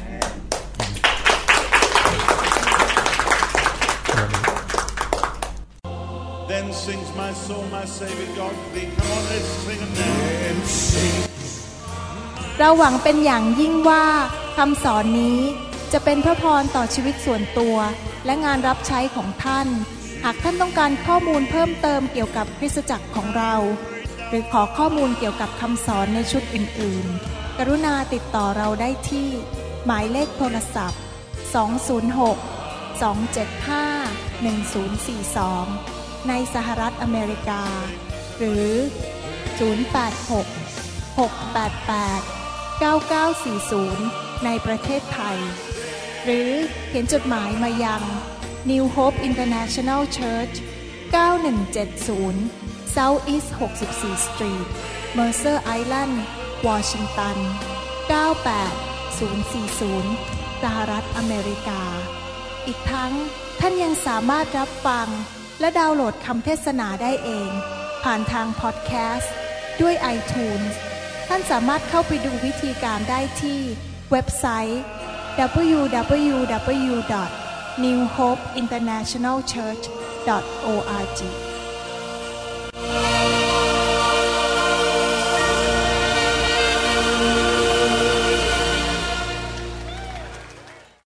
Then sings my soul, my Savior God to thee. Come on, let's sing it now. And sing. เราหวังเป็นอย่างยิ่งว่าคำสอนนี้จะเป็นพระพรต่อชีวิตส่วนตัวและงานรับใช้ของท่านหากท่านต้องการข้อมูลเพิ่มเติมเกี่ยวกับคริสตจักรของเราหรือขอข้อมูลเกี่ยวกับคำสอนในชุดอื่นๆกรุณาติดต่อเราได้ที่หมายเลขโทรศัพท์สอง ศูนย์ หก สอง เจ็ด ห้า หนึ่ง ศูนย์ สี่ สองในสหรัฐอเมริกาหรือศูนย์ แปด หก หก แปด แปด เก้า เก้า สี่ ศูนย์ในประเทศไทยหรือเขียนจดหมายมายัง New Hope International Church เก้าหนึ่งเจ็ดศูนย์ South East หกสิบสี่ Street Mercer Island Washington เก้าแปดศูนย์สี่ศูนย์สหรัฐอเมริกาอีกทั้งท่านยังสามารถรับฟังและดาวน์โหลดคำเทศนาได้เองผ่านทางพอดแคสต์ด้วย iTunes ท่านสามารถเข้าไปดูวิธีการได้ที่เว็บไซต์ ดับเบิลยู ดับเบิลยู ดับเบิลยู ดอท นิว โฮป อินเตอร์เนชั่นแนล เชิร์ช ดอท โอ อาร์ จี